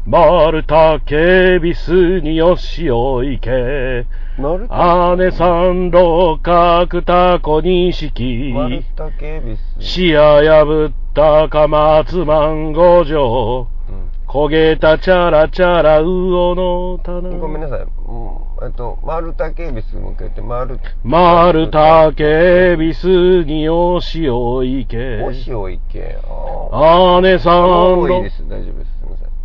丸竹ビスによしおいけ。姉さん六角タコ錦。 丸竹ビス。 視野破ったか松マンゴジョ。焦げたチャラチャラ魚の棚。 ごめんなさい。丸竹ビス向けて丸竹ビスにおしおいけ。 おしおいけ。 姉さんの。いいです。大丈夫です。すみません。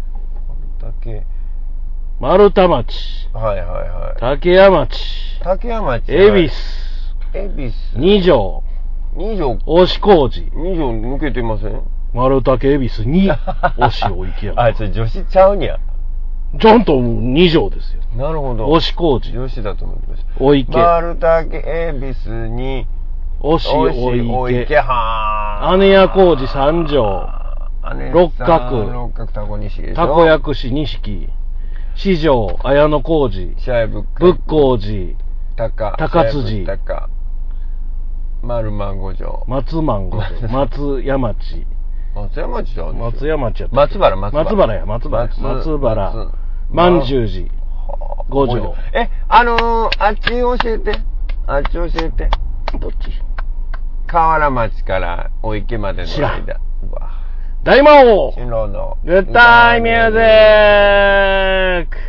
丸太町。 はいはいはい。 竹屋町。恵比寿。二条。押し工事。 二条抜けてません？ 丸竹恵比寿に押しおいけや。 あ、女子ちゃうにゃ。 ちゃんと二条ですよ。 なるほど。 押し工事。 女子だと思ってました。 おいけ。 丸竹恵比寿に押しおいけ。 はー。 姉屋工事三条。六角タコ錦。 たこ焼くし錦。四条綾野工事。仏光寺。高辻。 丸万五条。 松万五条。松屋町。 松山町だ。 松山町やった。 松原や。 松原。万十寺。五条。 あっち教えて。 どっち？ 河原町からお池までの間。 大魔王新郎のグッタイミュージック。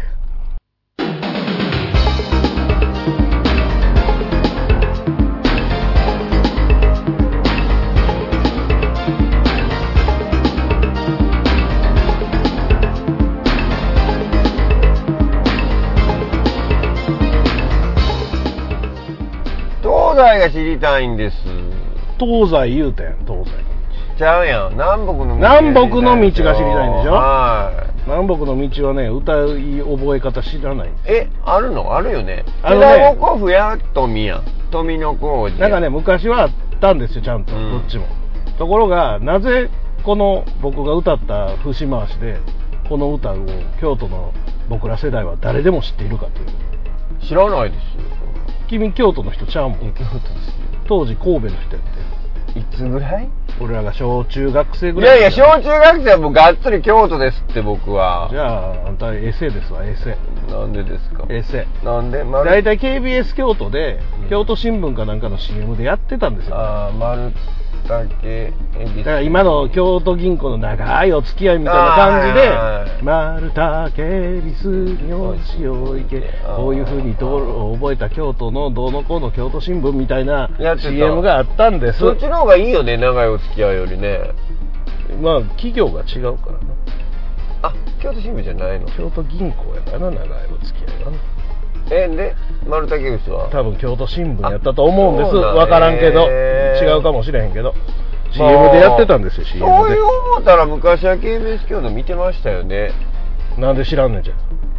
東西が知りたいんです。 東西言うたやん。東西ちゃうやん。南北の道が知りたいんでしょ。 はい。 南北の道はね、歌い覚え方知らない。 あるの？あるよね。寺子府や富やん。富の工事。 なんかね、昔はあったんですよ、ちゃんと、どっちも。ところが、なぜこの僕が歌った節回しで、この歌を京都の僕ら世代は誰でも知っているかという。 知らないですよ。 君京都の人ちゃうもん。 京都ですよ。 当時神戸の人やって。 いつぐらい？ 俺らが小中学生ぐらい。 いや小中学生はもうがっつり京都ですって僕は。 じゃああんたエセですわ。エセ。 なんでですか？ エセ。 なんで？ だいたい KBS 京都で、京都新聞かなんかの CM でやってたんですよ。 丸竹だから今の京都銀行の長いお付き合いみたいな感じで、丸竹ビスにおしおいけ、こういう風に覚えた京都のどの子の京都新聞みたいな CM があったんです。 そっちの方がいいよね、長いお付き合いよりね。 まあ企業が違うからな。 京都新聞じゃないの？ 京都銀行やからな、長いお付き合いはな。 で丸竹牛は多分京都新聞やったと思うんです。分からんけど、違うかもしれへんけど CM でやってたんですよ。 CM で。 そういう思ったら昔は KBS 京都見てましたよね。 なんで知らんねんじゃん。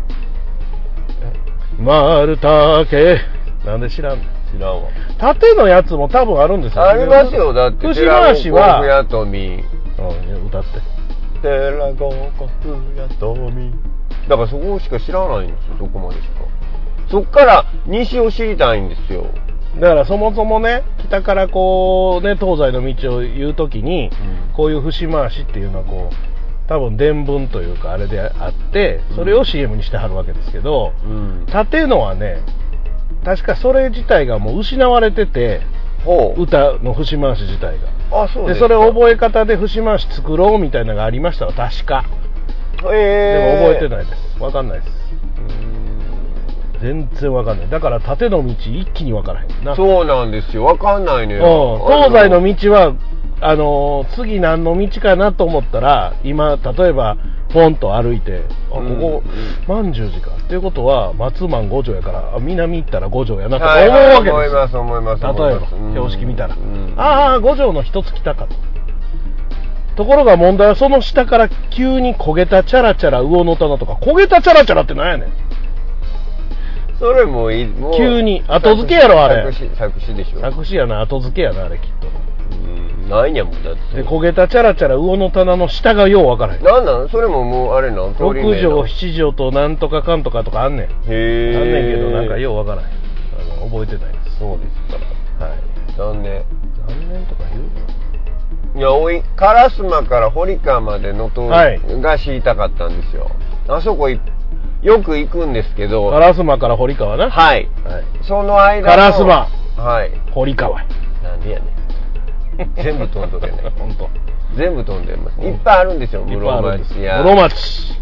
丸竹なんで知らんねん。 知らんわ。 縦のやつも多分あるんですよ。 ありますよ。だって節回しは寺子府や歌って寺子府や富だからそこしか知らないんですよ。どこまでしか。そっから西を知りたいんですよ。 だからそもそもね、北からこうね、東西の道を言うときに、こういう節回しっていうのはこう多分伝聞というかあれであって、それを CM にしてはるわけですけど、縦のはね、確かそれ自体がもう失われてて、歌の節回し自体が。 そうでそれを覚え方で節回し作ろうみたいなのがありましたわ、確か。でも覚えてないです。分かんないです。全然分かんない。だから縦の道一気に分からへんな。 そうなんですよ。分かんないのよ。 東西の道は次何の道かなと思ったら、今例えばポンと歩いて、ここ万十寺かっていうことは松万五条やから、南行ったら五条やなとか思うわけですよ。 思います。 例えば標識見たら、五条の一つ来たかと。ところが問題はその下から急に焦げたチャラチャラ魚の棚とか、焦げたチャラチャラって何やねん。 それもいい。もう急に後付けやろあれ。 作詞でしょ。 作詞やな、後付けやなあれきっと。 ないんやもんだって。 で焦げたチャラチャラ魚の棚の下がよう分からへん。 なんそれももうあれなん。 6条7条となんとかかんとかとかあんねん。あんねんけどなんかよう分からへん。覚えてないです。 そうですから。 はい。 残念とか言うの。 いや、烏丸から堀川までの通りが知りたかったんですよ。あそこよく行くんですけど。 烏丸から堀川な。 はい。その間の。 烏丸。 はい。 堀川。 なんでやねん。全部飛んどるやねん。 ほんと。 全部飛んでます。いっぱいあるんですよ、室町や。 室町。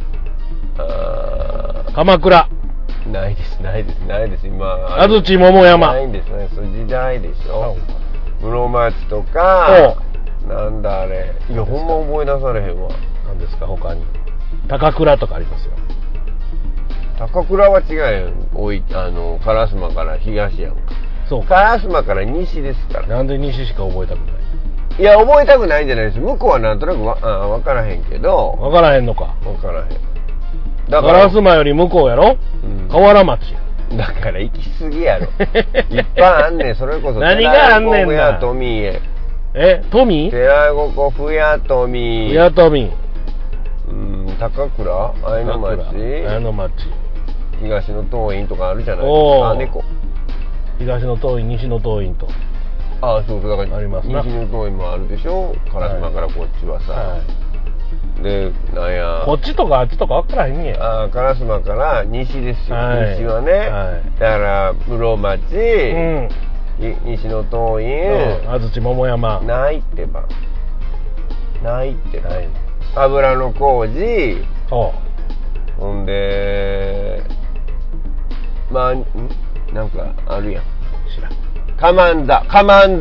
鎌倉。 ないです、今。 安土桃山。 ないんですね、その時代でしょ。室町とか、なんだあれ。いや、ほんま思い出されへんわ。 何ですか、他に。高倉とかありますよ。 高倉は違うよ。烏丸から東やんか。 そうか。烏丸から西ですから。 なんで西しか覚えたくない？ いや、覚えたくないんじゃないです。向こうはなんとなく分からへんけど。 分からへんのか。 分からへん。 だから烏丸より向こうやろ、河原町や。 だから行き過ぎやろ。いっぱいあんねん、それこそ。 何があんねんな。 富へ。 富？ 寺子湖、ふや富。 ふや富。 高倉、綾野町。東の東院とかあるじゃないですか。猫。 東の東院、西の東院と。 そうだからありますな。 西の東院もあるでしょ。烏丸からこっちはさ。で、なんや。 こっちとかあっちとか分からへんねや。 烏丸から西ですよ。西はね。だから、室町、西の東院、 安土桃山。 ないってば。油の工事。ほんで、なんかあるやん。 知らん。 カマンザ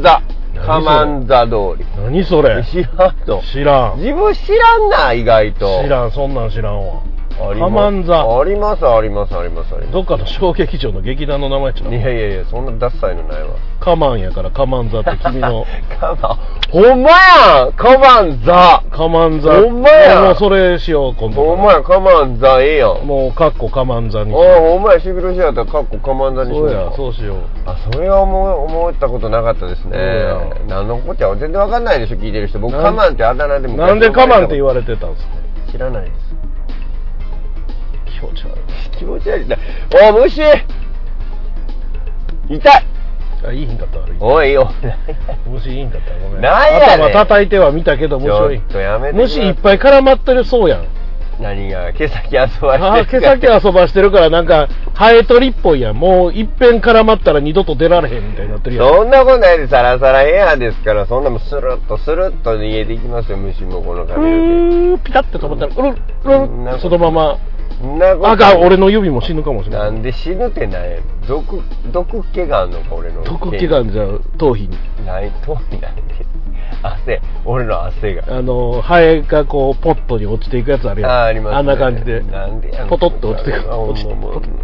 通り。 何それ？ 知らんと。 知らん。 自分知らんな、意外と。 知らん、そんなん知らんわ。 カマンザ。あります。 どっかの小劇場の劇団の名前ちゃう？ いや、そんなダッサいのないわ。 カマンやからカマンザって君の。 ほんまやん！カマンザ。 ほんまやん！ もうそれしよう、今度。 ほんまや、カマンザええやん。 もう、カッコカマンザにしよう。ほんまや、シビロシアターカッコカマンザにしよう。 そうしよう。 それは思ったことなかったですね。何のこっちゃ全然わかんないでしょ、聞いてる人。僕、カマンってあだ名でも。 なんでカマンって言われてたんですか？ 知らないです。気持ち悪いな。虫！痛い！ いいんだったらいい。 おいよ。 虫いいんだったらごめん。 頭叩いては見たけど、虫はいい。虫いっぱい絡まってるそうやん。 何が毛先遊ばしてる。 毛先遊ばしてるからなんかハエ取りっぽいやん。もういっぺん絡まったら二度と出られへんみたいになってるやん。 そんなことないで、サラサラヘアですから、そんなもスルッと逃げていきますよ、虫もこの髪の毛。 ピタッて止まったらそのまま。俺の指も死ぬかもしれない。 なんで死ぬってない？毒気があんのか、俺の。 毒気があんじゃ頭皮に。 頭皮なんで。俺の汗が。 ハエがこう、ポットに落ちていくやつあるやん。 ありますね。 あんな感じで。 なんでやん。 ポトッと落ちてくる。落ちてくる。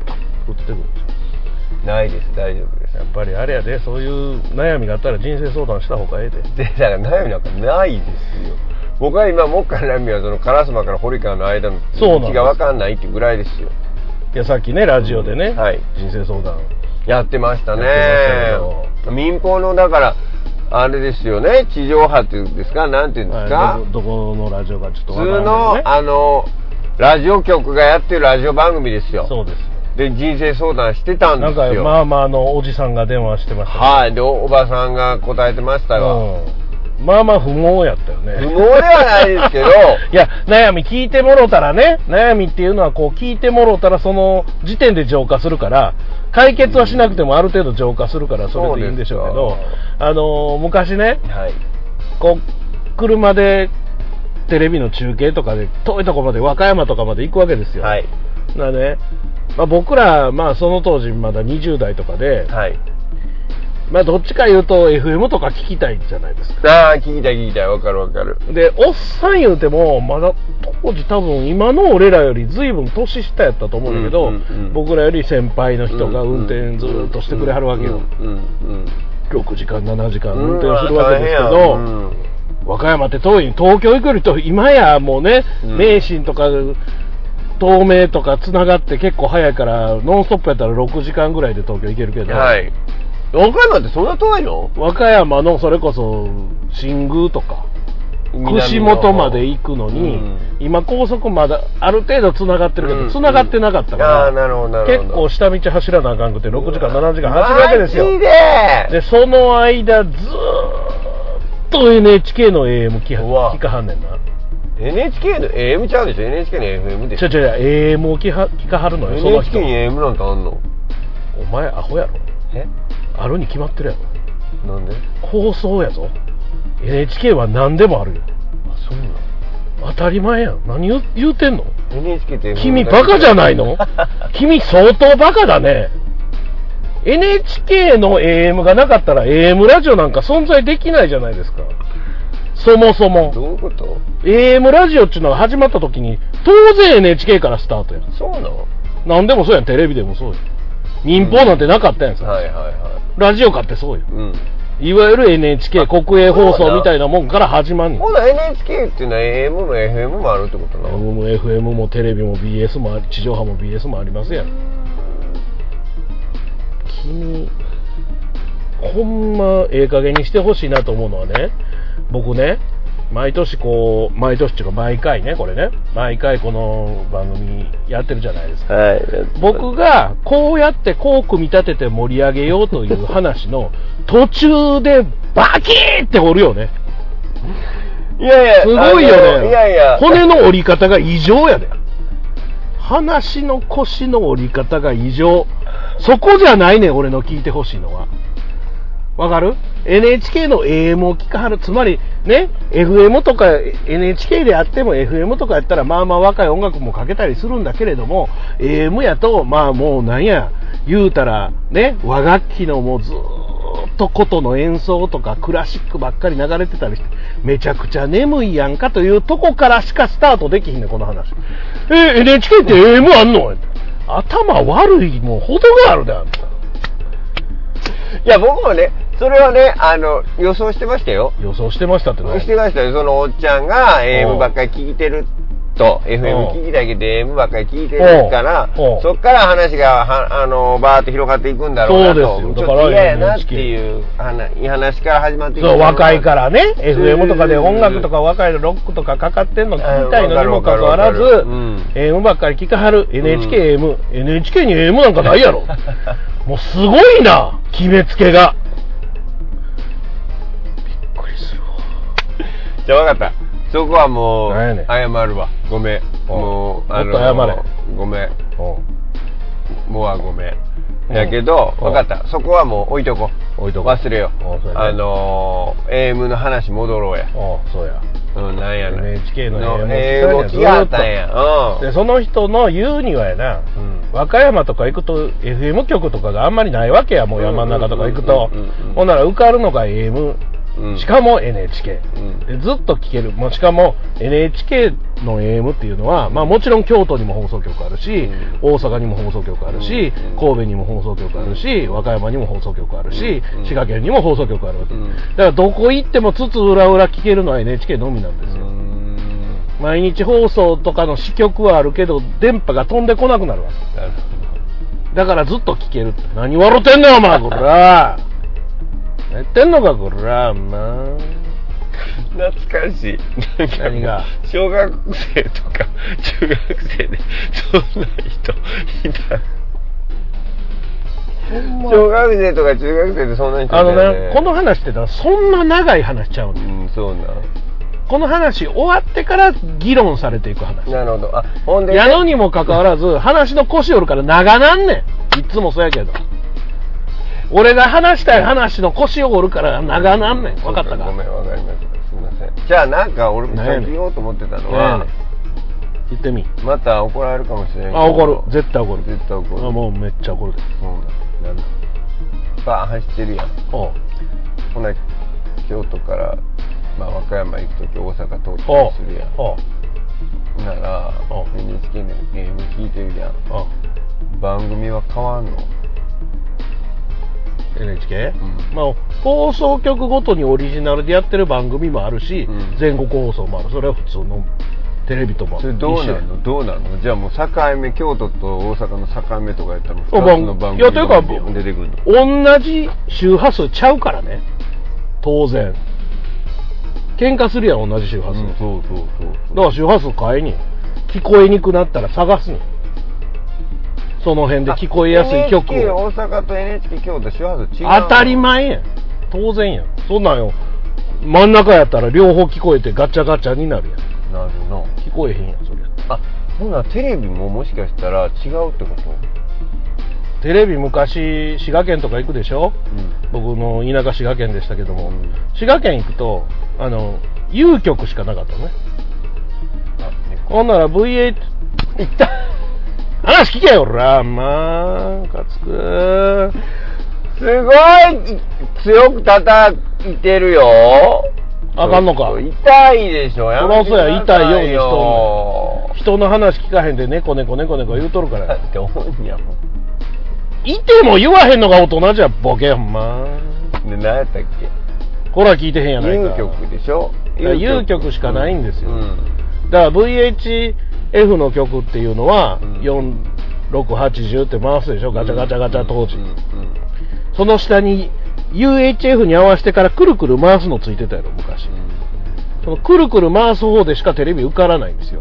ないです、大丈夫です。 やっぱりあれやで、そういう悩みがあったら人生相談した方がええで。 だから悩みなんかないですよ。僕は今、もっかい悩みはその烏丸から堀川の間の道が分かんないっていうぐらいですよ。 いや、さっきね、ラジオでね、人生相談やってましたね。民放の、だからあれですよね、地上波っていうんですか、なんていうんですか、 どこのラジオかちょっと分からない、普通のラジオ局がやってるラジオ番組ですよ。 そうです。 で、人生相談してたんですよ。 なんかおじさんが電話してました、ね。 はい。で、おばさんが答えてましたが。 不毛やったよね。 不毛ではないですけど。 いや、悩み聞いてもろたらね、悩みっていうのはこう聞いてもろたらその時点で浄化するから、解決はしなくてもある程度浄化するからそれでいいんでしょうけど、昔ね、こう、車でテレビの中継とかで遠いところまで和歌山とかまで行くわけですよ。なね、僕ら、その当時まだ20代とかで、どっちか言うと FM とか聞きたいじゃないですか。 聞きたい、わかる。 で、おっさん言うても、まだ当時多分今の俺らより随分年下やったと思うんだけど、僕らより先輩の人が運転ずっとしてくれはるわけよ。6時間、7時間運転するわけですけど、和歌山って遠い、東京行くよりと今やもうね、名神とか、東名とか繋がって結構早いから、ノンストップやったら6時間ぐらいで東京行けるけど、 和歌山ってそんな遠いの？ 和歌山のそれこそ新宮とか串本まで行くのに、今高速まだある程度つながってるけど、つながってなかったから、結構下道走らなあかんくて6時間7時間走るわけですよ。でその間ずーっと NHK の AM 聞うわかはんねんな。 NHK の AM ちゃうでしょ、 NHK の FM でしょ。 AM を聞かはるのよ、その人。 NHK に AM なんてあんの？ お前アホやろ。 え？ あるに決まってるやろ。 なんで？ 放送やぞ。 NHK は何でもあるよ。 あ、そうなの？ 当たり前やん。何言うてんの？ NHK って FM 君バカじゃないの？君相当バカだね。NHK の AM がなかったら AM ラジオなんか存在できないじゃないですか。そもそも。 どういうこと？ AM ラジオっていうのが始まった時に当然 NHK からスタートやん。 そうなの？ なんでもそうやん。テレビでもそうやん。民放なんてなかったやんさ、 はいはいはい。 ラジオかってそうやん。 うん。 いわゆる NHK 国営放送みたいなもんから始まんねん。 ほな NHK っていうのは AM も FM もあるってことなの？ AM も FM もテレビも BS も地上波も BS もありますやん。君ほんまええ加減にしてほしいなと思うのはね、僕ね毎年っていうか毎回ね、これね毎回この番組やってるじゃないですか、 はい。 僕がこうやってこう組み立てて盛り上げようという話の途中でバキーって折るよね。 いやいや、 すごいよね。 いやいや、 骨の折り方が異常やで。話の腰の折り方が異常。そこじゃないねん、俺の聞いてほしいのは。わかる？ NHK の AM を聞かはる。つまりね、FM とか NHK であっても FM とかやったらまあまあ若い音楽もかけたりするんだけれども、 AM やとまあもうなんや言うたらね、和楽器のもうずーっと琴の演奏とかクラシックばっかり流れてたりしてめちゃくちゃ眠いやんかというとこからしかスタートできひんねん、この話。NHK って AM あんの？頭悪いもう程があるであんた。 いや僕もね、それはね、予想してましたよ。 予想してましたってね。 してましたよ。そのおっちゃんが AM ばっかり聞いてると、FM 聞きたいけど AM ばっかり聞いてるから、そっから話がバーッと広がっていくんだろうなと。 そうですよ。 ちょっと嫌やなっていう話から始まっていく。 そう、若いからね、FM とかで音楽とか若いのロックとかかかってんの聞きたいのにもかかわらず、AM ばっかり聞かはる。NHK に AM なんかないやろ。もうすごいな、決めつけが。びっくりするわ。 じゃあ分かった。そこはもう謝るわ。ごめん。 もっと謝れ。 ごめん。もうはごめん。やけど分かった。そこはもう置いとこう。忘れよう。AM の話戻ろうや。 そうや。 なんやね。 NHK の AM を聞かったんや。 でその人の言うにはやな、和歌山とか行くと FM 局とかがあんまりないわけや。もう山の中とか行くと、ほんなら受かるのが AM、しかも NHK、でずっと聞ける。もうしかも NHK の AM っていうのは、まあもちろん京都にも放送局あるし、大阪にも放送局あるし、神戸にも放送局あるし、和歌山にも放送局あるし、滋賀県にも放送局あるわけ、だからどこ行ってもつつ裏裏聞けるのは NHK のみなんですよ。毎日放送とかの支局はあるけど電波が飛んでこなくなるわけだからずっと聞けるって。何笑ってんのお前こらやってんのかこらまあ懐かしい。 何が？ 小学生とか中学生でそんな人いた。小学生とか中学生でそんな人いたよね。 この話ってそんな長い話ちゃうの。 そうな。 この話終わってから議論されていく話。 なるほど。ほんで、ね、 やのにもかかわらず話の腰折るから長なんねん。いつもそうやけど。俺が話したい話の腰を折るから長なんねん。分かったか？ ごめん、分かりました。すみません。じゃあなんか俺も先言おうと思ってたのは、 言ってみ。 また怒られるかもしれないけど。 怒る。絶対怒る。 絶対怒る。 もうめっちゃ怒るで。 なんだ。バー走ってるやん。ほな京都から和歌山行くとき大阪通ったりするやん。なら NHK の AM 聞いてるやん。番組は変わんの ？NHK？まあ放送局ごとにオリジナルでやってる番組もあるし、全国放送もある。それは普通のテレビとも。 それどうなの？じゃあもう境目、京都と大阪の境目とかやったら2つの番組が出てくるの？ 同じ周波数ちゃうからね。当然。喧嘩するやん、同じ周波数。 そう。 だから周波数変えに。聞こえにくくなったら探すに。その辺で聞こえやすい曲を。 NHK 大阪と NHK 京都周波数違う。 当たり前やん。当然やん。そんなんよ。 真ん中やったら両方聞こえてガチャガチャになるやん。 なるな。 聞こえへんやんそれ。 あ、ほなテレビももしかしたら違うってこと？ テレビ昔滋賀県とか行くでしょ、 うん、 僕の田舎滋賀県でしたけども、 うん、 滋賀県行くと有局しかなかったのね。ほんなら VH いった話聞けよおらまあかつくすごい強く叩いてるよ。 あかんのか。 痛いでしょ。やめてくださいよ。 痛いようにしとんねん。人の話聞かへんで猫猫猫猫言うとるからって思うんやもん。 いても言わへんのが大人じゃボケほんま。 で何やったっけ。 こら聞いてへんやないか。 有局でしょ。 有局しかないんですよ、 うん、 だから VHF の曲っていうのは、うん、4680って回すでしょ、ガチャガチャガチャ当時、その下に UHF に合わせてからくるくる回すのついてたやろ昔、そのくるくる回す方でしかテレビ受からないんですよ、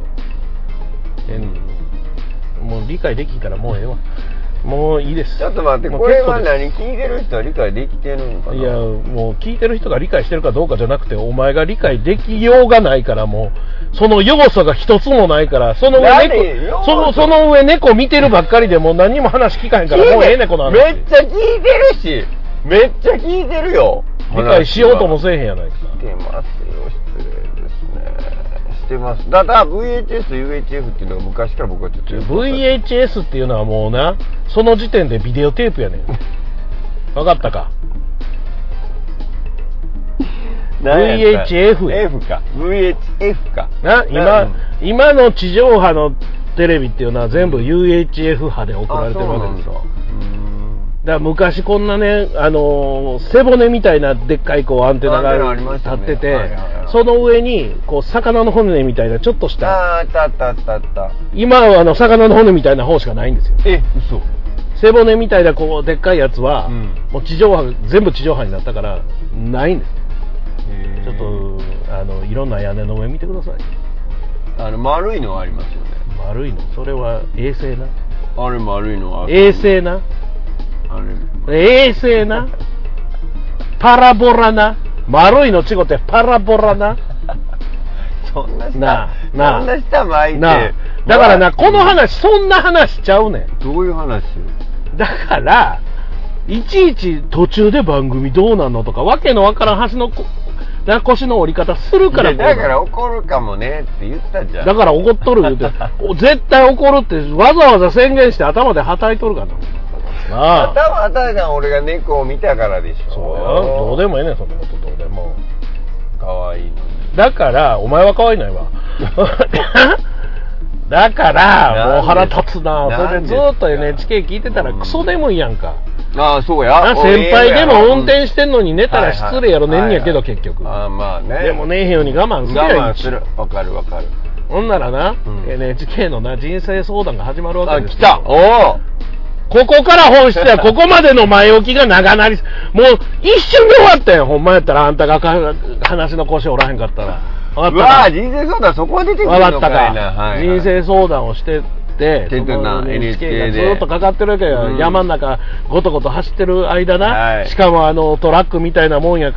もう理解できんからもうええわもういいです。 ちょっと待って、これは何、聞いてる人は理解できてるのかな。 いやもう聞いてる人が理解してるかどうかじゃなくて、お前が理解できようがないから、もうその要素が一つもないから、その上猫見てるばっかりでもう何にも話聞かへんから、もうええねこの話。 めっちゃ聞いてるし、めっちゃ聞いてるよ。 理解しようともせえへんやないか。 してますよ、失礼ですね。してます。だから VHS、UHF っていうのが昔から僕はちょっと VHS っていうのはもうな、その時点でビデオテープやねん。分かったか。VHF や。 F か。VHF か。 な、今の地上波のテレビっていうのは全部 UHF 波で送られてるわけですよ。だから昔こんなね、背骨みたいなでっかいこうアンテナが立ってて、その上にこう魚の骨みたいなちょっとした、 あった今は魚の骨みたいな方しかないんですよ。 嘘。 背骨みたいなこうでっかいやつは、もう地上波全部地上波になったからないんです。ちょっといろんな屋根の上見てください。 丸いのありますよね。 丸いの、それは衛星な。 あれ丸いのは衛星な。衛星な。パラボラな。丸いの違ってパラボラな。 そんな下巻いてな。だからな、この話そんな話しちゃうねん。 どういう話？ だからいちいち途中で番組どうなんのとかわけのわからん橋の腰の折り方するから。 だから怒るかもねって言ったじゃん。 だから怒っとる言うて絶対怒るってわざわざ宣言して頭ではたいとるからな。 頭はたいたの俺が猫を見たからでしょ。 そうよ、どうでもええねんそんなこと。どうでもかわいい。 だからお前は可愛いないわだからもう腹立つな。それでずっと NHK 聞いてたらクソ眠いやんか。 ああそうや。 先輩でも運転してんのに寝たら失礼やろ、寝んやけど結局。 ああまあね。 でも寝えへんように我慢するやん。 我慢する。わかる。 ほんならな、NHK のな人生相談が始まるわけですよ。 あ、来た。おお。 ここから本質や。ここまでの前置きが長なり、もう一瞬で終わったよ。ほんまやったらあんたが話の腰おらへんかったら。 わかったか。人生相談そこは出てくるのかいな。 わかったか。人生相談をしてて、NHK がずっとかかってるわけよ。山の中ごとごと走ってる間な。しかもトラックみたいなもんやから、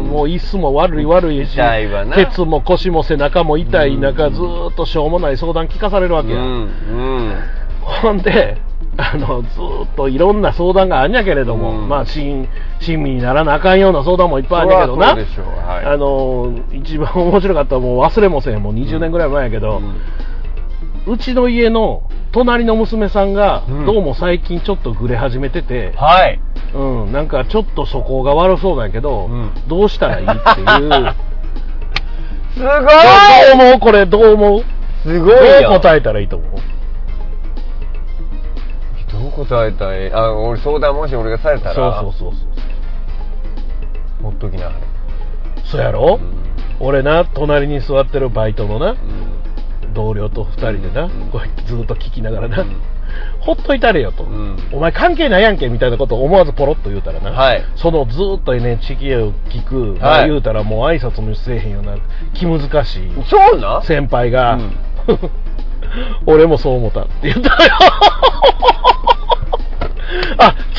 もう椅子も悪いし、ケツも腰も背中も痛い中、ずっとしょうもない相談聞かされるわけや。ほんでずっといろんな相談があんやけれども、まあ親身にならなあかんような相談もいっぱいあんやけどな。一番面白かったのはもう忘れもせん、もう20年ぐらい前やけど、うちの家の隣の娘さんがどうも最近ちょっとグレ始めてて、なんかちょっと素行が悪そうなんやけど、どうしたらいいっていう。 すごい。 どう思うこれ、どう思う？ すごいよ。 どう答えたらいいと思う？ どう答えたい？俺相談もし俺がされたら。 そうほっときな。 そうやろ？俺な、隣に座ってるバイトのな、同僚と2人でな、こうやってずっと聞きながらな、ほっといたれよと、お前関係ないやんけみたいなことを思わずポロッと言うたらな、そのずっと NHK を聞く、言うたらもう挨拶もせえへんような気難しい先輩が、俺もそう思ったって言ったよ。あ、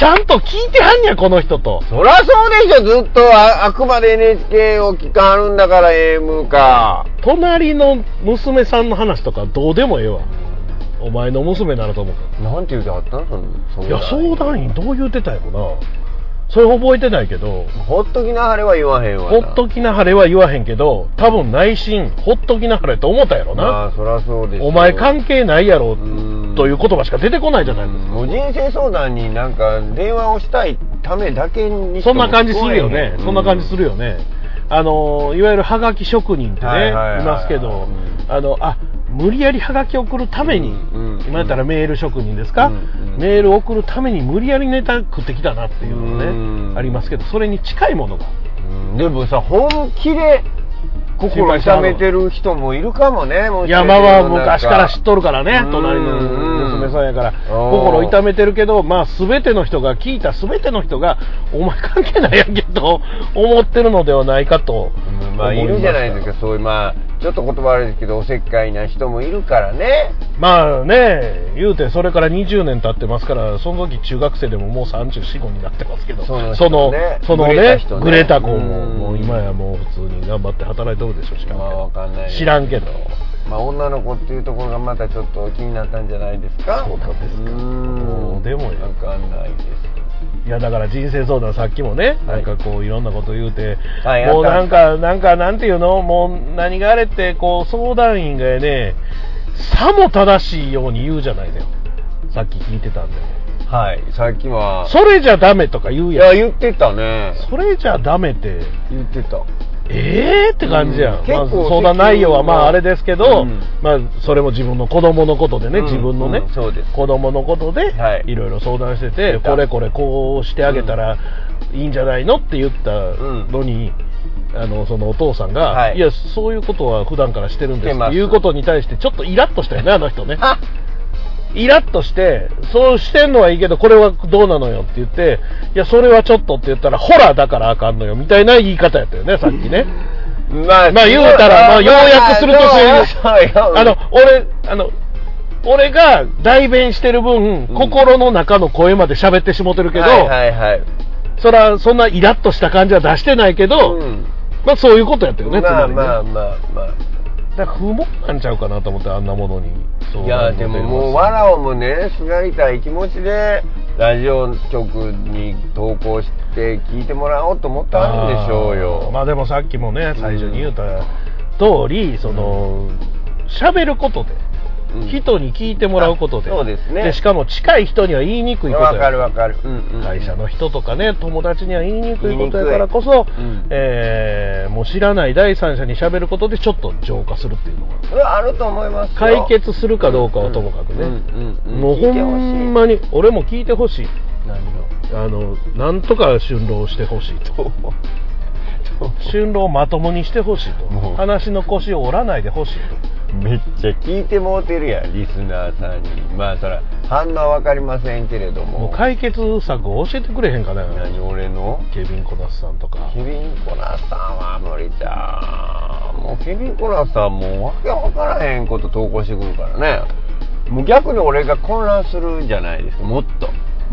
ちゃんと聞いてはんやこの人と。 そらそうでしょ。ずっとあくまで NHK を聞かはるんだから AM か。 隣の娘さんの話とかどうでもええわ。お前の娘ならと思うから。 なんて言うてはったの？ いや、相談員どう言うてたんやろな。それ覚えてないけど、 ほっときなはれは言わへんわな。 ほっときなはれは言わへんけど、多分内心ほっときなはれと思ったやろな。 まあそらそうでしょ。 お前関係ないやろという言葉しか出てこないじゃないですか。 もう人生相談になんか電話をしたいためだけにそんな感じするよね。そんな感じするよね。いわゆるハガキ職人ってね、いますけど、無理やりハガキ送るために、今やったらメール職人ですか、メール送るために無理やりネタ食ってきたなっていうのね、ありますけど、それに近いものが。 でもさ、本気で心痛めてる人もいるかもね。 山は昔から知っとるからね、隣の娘さんやから心痛めてるけど、まあ全ての人が聞いた全ての人がお前関係ないやんけと思ってるのではないかと。 まあいるじゃないですか、そういうまあちょっと言葉悪いですけどおせっかいな人もいるからね。 まあね、言うてそれから20年経ってますから、その時中学生でももう34、5になってますけど、そのねグレタ子もう今やもう普通に頑張って働いてるでしょ。しかもわかんない知らんけど、 まあ女の子っていうところがまたちょっと気になったんじゃないですか。 そうなんですか。どうでもいい。 わかんないです。 いやだから人生相談さっきもね、なんかこういろんなこと言うて、もうなんかなんていうの、もう何があれってこう相談員がね、さも正しいように言うじゃないのよ。さっき聞いてたんで。 はい、さっきはそれじゃダメとか言うやん。 いや言ってたね。 それじゃダメって言ってた。 って感じやん。まず相談内容はまああれですけど、まあそれも自分の子供のことでね、自分のね、子供のことでいろいろ相談してて、これこうしてあげたらいいんじゃないのって言ったのに、そのお父さんが、いやそういうことは普段からしてるんですっていうことに対してちょっとイラッとしたよね、あの人ね。イラッとして、そうしてんのはいいけどこれはどうなのよって言って、いやそれはちょっとって言ったらほらだからあかんのよみたいな言い方やったよね、さっきね。まあ言うたら、まあ要約するとそういう俺が代弁してる分、心の中の声まで喋ってしもてるけど、そらそんなイラッとした感じは出してないけど、まあそういうことやったよね。 まあだから不毛なんちゃうかなと思って、あんなものに。 いやでももうわらをもねすがりたい気持ちでラジオ局に投稿して聞いてもらおうと思ったんでしょうよ。 まあでもさっきもね最初に言った通り、その喋ることで、人に聞いてもらうことで、 そうですね。 でしかも近い人には言いにくいことや。 わかる。 会社の人とかね、友達には言いにくいことやからこそ、もう知らない第三者に喋ることでちょっと浄化するっていうのが。 それはあると思いますよ。 解決するかどうかはともかくね。もうほんまに俺も聞いてほしい。何を？なんとか春郎してほしいと。春郎をまともにしてほしいと。話の腰を折らないでほしいと。 めっちゃ聞いてもうてるやん、リスナーさんに。まあそら反応は分かりませんけれども、 もう解決策を教えてくれへんかな。 何？俺のケビン・コナスさんとか。 ケビン・コナスさんは無理じゃん。もうケビン・コナスさんもうわけ分からへんこと投稿してくるからね。もう逆に俺が混乱するじゃないですか。もっと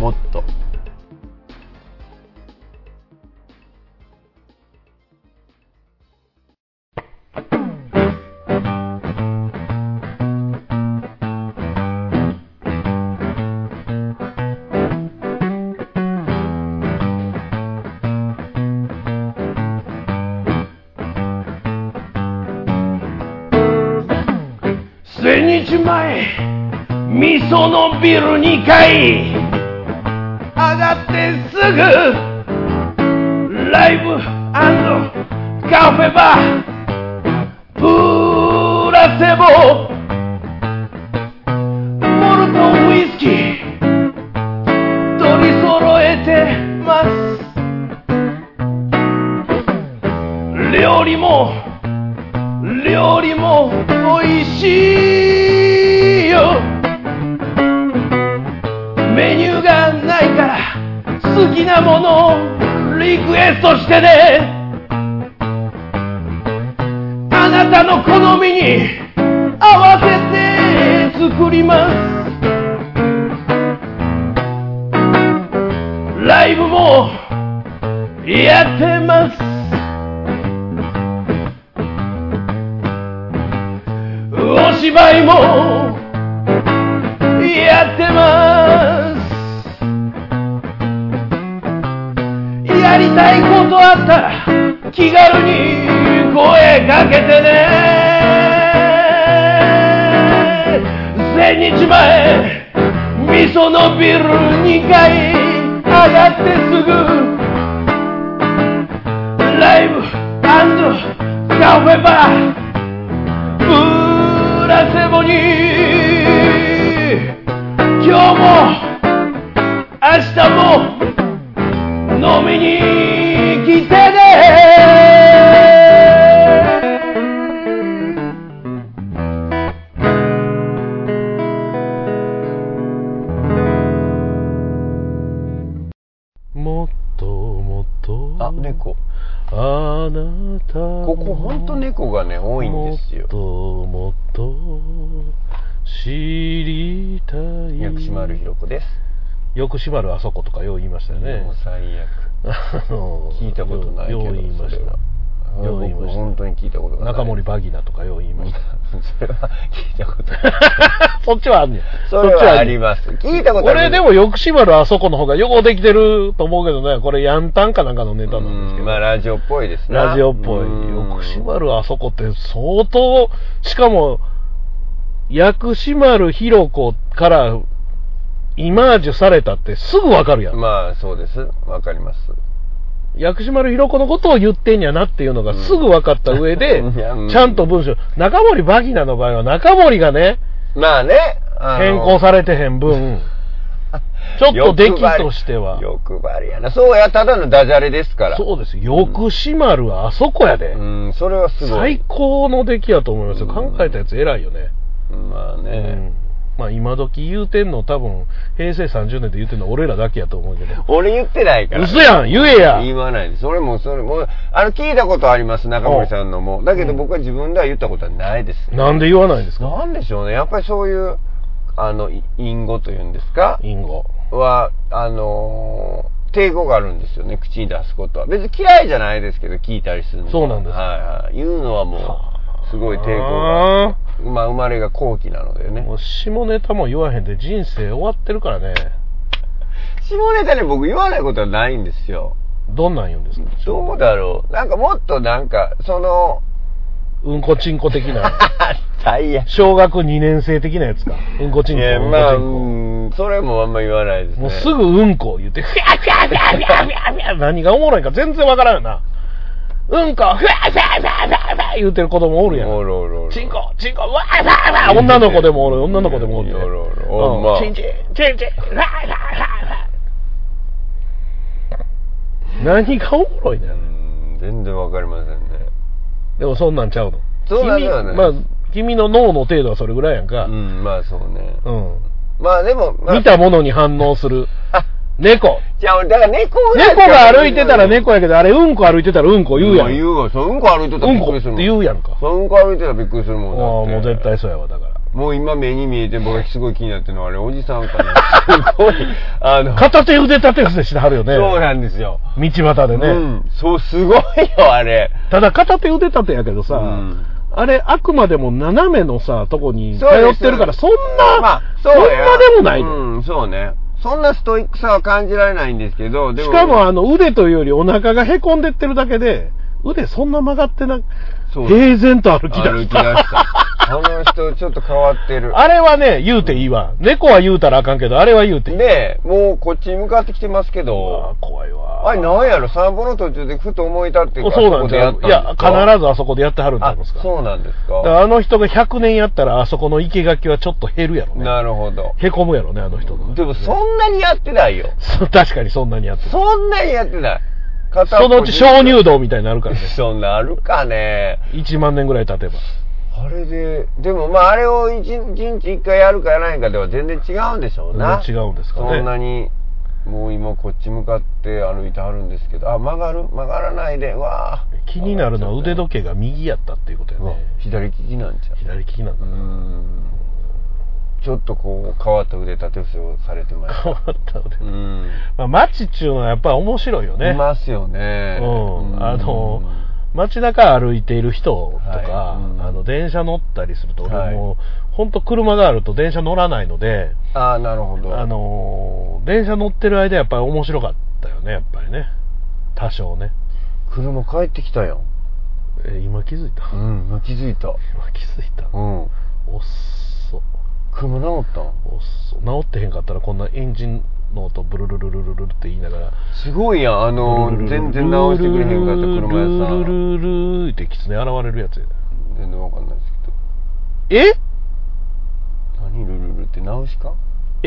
1000日前、味噌のビル2階上がってすぐライブ&カフェバープラセボモルトウイスキー取り揃えてます。料理も美味しいよ。メニューがないから好きなものをリクエストしてね。あなたの好みに合わせて作ります。 やってます。お芝居もやってます。やりたいことあったら気軽に声かけてね。千日前みそのビル2階上がってすぐライブ&カフェバーブラセボに今日も明日も飲みに来てね。もっともっとあ、猫。 あなたここほんと猫がね多いんですよ。 もっともっと知りたい。 薬師丸ひろ子です。 よく閉まるあそことかよう言いましたよね。 もう最悪。聞いたことないけど。 よう言いました。よう言いました。 本当に聞いたことがない。 中森バギナとかよう言いました。 それは聞いたことない。 そっちはあんねん。 それはあります。聞いたことある。 俺でもよく閉まるあそこの方がようできてると思うけどね。これヤンタンかなんかのネタなんですけど。 まあラジオっぽいですね。 ラジオっぽい。よく閉まるあそこって相当、しかも薬師丸ひろ子からイマージュされたってすぐわかるやん。 まあそうです。わかります。 薬師丸ひろ子のことを言ってんやなっていうのがすぐ分かった上で、ちゃんと文章、中森バギナの場合は中森がね、 まあね、 変更されてへん分、ちょっと出来としては。 欲張りやな。そうや、ただのダジャレですから。 そうですよ。薬師丸はあそこやで。 それはすごい。 最高の出来やと思いますよ。考えたやつ偉いよね。 まあね。 まあ今時言うてんの多分平成30年で言うてんの俺らだけやと思うけど。 俺言ってないから。 嘘やん、言えや。 言わないです。それも聞いたことあります、中森さんのも。だけど僕は自分では言ったことはないです、ね。 なんで言わないんですか？ なんでしょうね。やっぱりそういう、隠語というんですか？ 隠語。 は、抵抗があるんですよね、口に出すことは。別に嫌いじゃないですけど、聞いたりするの。 そうなんです。 はいはい。言うのはもう、すごい抵抗が。まあ生まれが後期なのでね。 もう下ネタも言わへんで人生終わってるからね。 下ネタね、僕言わないことはないんですよ。 どんなん言うんですか？ どうだろう。なんかもっとうんこちんこ的な。 最悪。 小学2年生的なやつか。うんこちんこ。 いや、まあ、それもあんま言わないですね。 もうすぐうんこ言って、ふやふやふやふやふやふや何がおもろいか全然わからんよな。うんこ、ふやふやふやふやふや言うてる子供おるやん。 おるおるおる。 チンコ、チンコ、わーわーわー女の子でもおる、女の子でもおる。 おるおる。 チンチン、チンチン、ふわーわーわー。何がおもろいねん。 全然わかりませんね。 でもそんなんちゃうの。 そうなんだよね。 まあ、君の脳の程度はそれぐらいやんか。 まあそうね。まあでも、 見たものに反応する。猫。 じゃあ、だから猫が歩いてたら猫やけど、あれうんこ歩いてたらうんこ言うやん。 言うわ。そう、うんこ歩いてたらびっくりするもん。 うんこって言うやんか。 そう、うんこ歩いてたらびっくりするもんだって。 もう絶対そうやわ、だから。 もう今目に見えて僕がすごい気になってるのはあれおじさんかな。すごい。 片手腕立て伏せしてはるよね。 そうなんですよ。 道端でね。 そう、すごいよ、あれ。 ただ片手腕立てやけどさ、あれ、あくまでも斜めのさ、とこに通ってるから、そんなでもないの。 そうね。そんなストイックさは感じられないんですけど、でも。 しかも腕というよりお腹がへこんでってるだけで、腕そんな曲がってな、平然と歩き出した。 あの人ちょっと変わってる。 あれはね、言うていいわ。猫は言うたらあかんけど、あれは言うていい。 ねえ、もうこっちに向かってきてますけど。 怖いわ。 あれなんやろ、散歩の途中でふと思い立ってそうなんですよ。いや、必ずあそこでやってはるんちゃいますか。 そうなんですか。 だからあの人が100年やったら、あそこの生垣はちょっと減るやろね。 なるほど。 へこむやろね、あの人が。 でもそんなにやってないよ。 確かにそんなにやってない。 そんなにやってない。 そのうち鍾乳洞みたいになるからね。 そんなあるかね。 1万年ぐらい経てば。 あれで、でもまああれを1日1回やるかやらないかでは全然違うんでしょうな。 全然違うんですかね。 そんなに、もう今こっち向かって歩いてはるんですけど、曲がらないで、わー。 気になるのは腕時計が右やったっていうことやね。 左利きなんちゃう。 左利きなんだな。 ちょっとこう変わった腕立て伏せをされてました。 変わった腕、まあ、街っていうのはやっぱり面白いよね。 いますよね。 街中歩いている人とか、 はい、 電車乗ったりすると、俺も本当車があると電車乗らないので、 なるほど。 電車乗ってる間やっぱり面白かったよね、やっぱりね。多少ね。 車帰ってきたよ。 今気づいた。 今気づいた。 今気づいた。おっそ。 車直ったん？ おっそ。直ってへんかったらこんなエンジンの音ブルルルルルルルって言いながら。 すごいやん。全然直してくれへんかった車屋さん。 ルルルルルってキツネ現れるやつや。 全然わかんないですけど。何ルルルって直しか？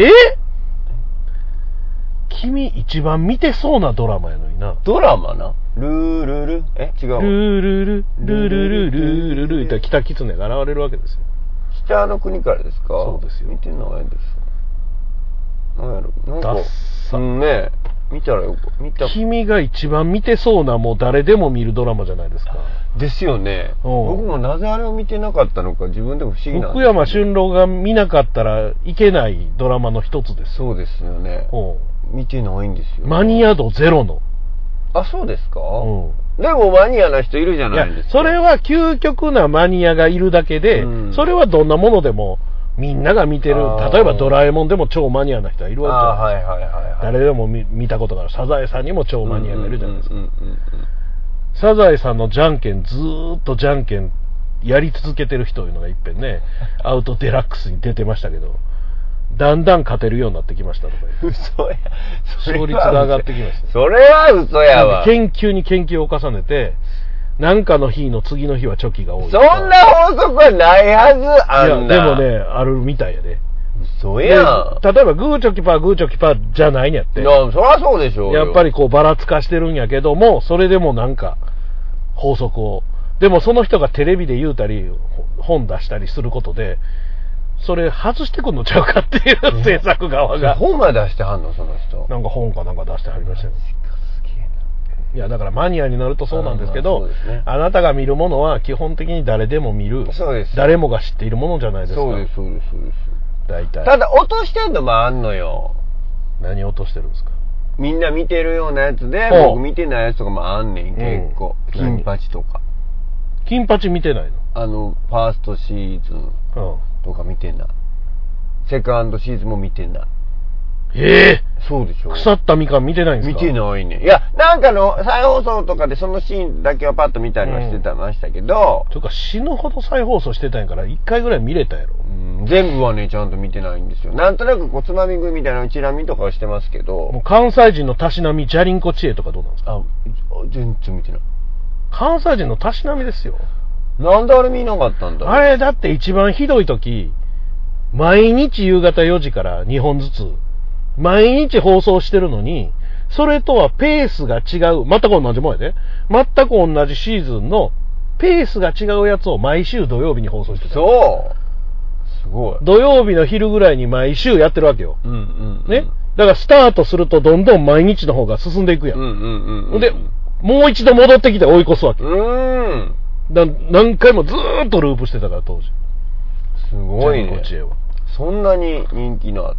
君一番見てそうなドラマやのにな。 ドラマな？ルールル違うわ。 ルルルルルルルルルって北キツネが現れるわけですよ。 北の国からですか？ そうですよ。 見てないです。なんやろ。なんかダッサ。 ね見たらよく見た。 君が一番見てそうなもう誰でも見るドラマじゃないですか。 ですよね。僕もなぜあれを見てなかったのか自分でも不思議なんです。 福山俊郎が見なかったらいけないドラマの一つです。 そうですよね。見てないんですよ、ね。 マニア度ゼロの。 そうですか？でもマニアな人いるじゃないですか。 それは究極なマニアがいるだけで、それはどんなものでもみんなが見てる。例えばドラえもんでも超マニアな人はいるわけ。誰でも 見たことがある。サザエさんにも超マニアがいるじゃないですか。サザエさんのじゃんけんずーっとじゃんけんやり続けてる人いうのがいっぺんねアウトデラックスに出てましたけど、だんだん勝てるようになってきましたとか嘘や。 勝率が上がってきました。 それは嘘やわ。 研究に研究を重ねて、なんかの日の次の日はチョキが多い。 そんな法則はないはず。あんな。 いやでもねあるみたいやで。 嘘やん。 例えばグーチョキパーグーチョキパーじゃないんやって。 いやそりゃそうでしょうよ。 やっぱりこうばらつかしてるんやけども、それでもなんか法則を、でもその人がテレビで言うたり本出したりすることでそれ外してくんのちゃうかっていう制作側が。 本まで出してはんのその人。 なんか本かなんか出してはりましたよ。いやだからマニアになるとそうなんですけど、あなたが見るものは基本的に誰でも見る、誰もが知っているものじゃないですか。 そうです。 大体。 ただ落としてんのもあんのよ。 何落としてるんですか？ みんな見てるようなやつで僕見てないやつとかもあんねん結構。金八とか。 金八見てないの？ファーストシーズンとか見てない。セカンドシーズンも見てない。そうでしょ。 腐ったみかん見てないんですか？ 見てないね。いやなんかの再放送とかでそのシーンだけはパッと見たりはしてましたけど、 というか死ぬほど再放送してたんやから1回ぐらい見れたやろ。 全部はねちゃんと見てないんですよ。なんとなくこうつまみ食いみたいなチラ見とかはしてますけど。 もう関西人のたしなみジャリンコ知恵とかどうなんですか？ 全然見てない。 関西人のたしなみですよ。 なんであれ見なかったんだろう。 あれだって一番ひどい時毎日夕方4時から2本ずつ毎日放送してるのに、それとはペースが違う、全く同じもんやで、全く同じシーズンのペースが違うやつを毎週土曜日に放送してた。 すごい。 土曜日の昼ぐらいに毎週やってるわけよ。ね。だからスタートするとどんどん毎日の方が進んでいくやん。で、もう一度戻ってきて追い越すわけ。何回もずーっとループしてたから当時。 すごいね。 ジャリンコ知恵は。 そんなに人気のあった。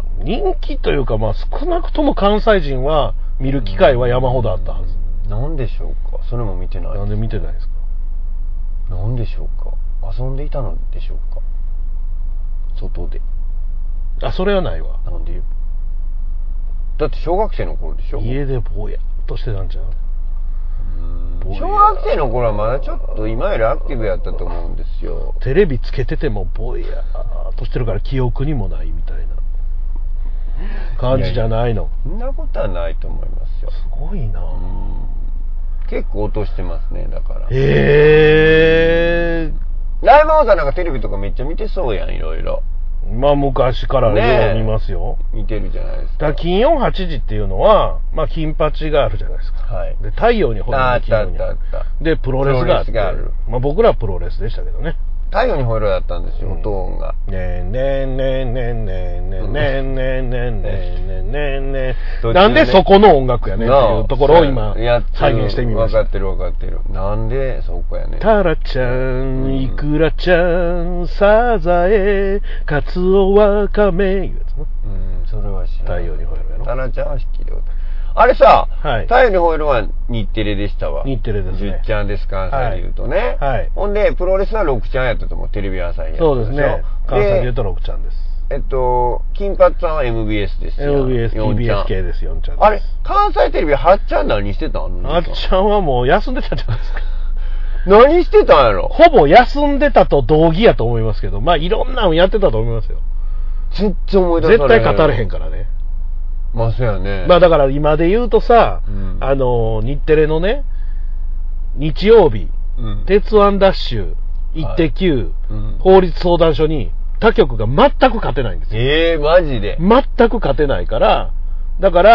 人気というか、まあ少なくとも関西人は見る機会は山ほどあったはず。 なんでしょうか。それも見てない。 なんで見てないですか。 なんでしょうか。遊んでいたのでしょうか。外で。 それはないわ。 なんで？だって小学生の頃でしょ。 家でぼやっとしてたんちゃう？ 小学生の頃はまだちょっと今よりアクティブやったと思うんですよ。 テレビつけててもぼやっとしてるから記憶にもないみたいな感じじゃないの？ そんなことはないと思いますよ。 すごいな。 結構落としてますね。だからライブハウスはなんかテレビとかめっちゃ見てそうやん。いろいろ。 まあ昔からよう見ますよ。 見てるじゃないですか。 だから金曜8時っていうのは、まあ金八があるじゃないですか。で太陽にほどの金曜にある。でプロレスがあって、まあ僕らはプロレスでしたけどね。 太陽にほえろだったんですよ、音音が。 ねえねえねえねえねえねえねえねえねえねえねえねえ。なんでそこの音楽やねんっていうところを今再現してみました。 分かってる。なんでそこやねん。 タラちゃん、イクラちゃん、サザエ、カツオ、ワカメいうやつな。 それは知らない。 太陽にほえろやろ。 タラちゃんは好きでございます。あれさ、 はい、 太陽にほえろは日テレでしたわ。 日テレですね。 10ちゃんです、関西で言うとね。 はい。 ほんで、プロレスは6ちゃんやったと思う、テレビ朝日やった。 そうですね。関西で言うと6ちゃんです。 金髪さんは MBS ですよ。 MBS、TBS 系です、4ちゃんです。 あれ、関西テレビ8ちゃん何してたの？ 8ちゃんはもう休んでたんじゃないですか。 何してたんやろ？ ほぼ休んでたと同義やと思いますけど、まあいろんなのやってたと思いますよ。 全然思い出さない。 絶対語れへんからね。 まあそうやね。 まあだから今で言うとさ、日テレのね、日曜日、鉄腕ダッシュ、イッテ Q、法律相談所に他局が全く勝てないんですよ。 マジで全く勝てないから、だから、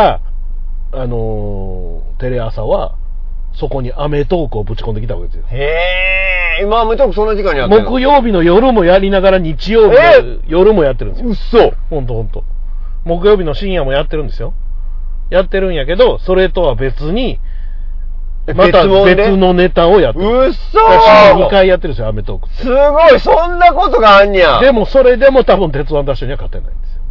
テレ朝は、そこにアメトークをぶち込んできたわけですよ。 今アメトークそんな時間にやってるの？ 木曜日の夜もやりながら日曜日の夜もやってるんですよ。 嘘。 ほんと。木曜日の深夜もやってるんですよ。やってるんやけど、それとは別に、また別のネタをやってる。 嘘。 2回やってるんですよ、アメトーク。 すごい、そんなことがあんにゃ。 でもそれでも多分鉄腕ダッシュには勝てないんですよ。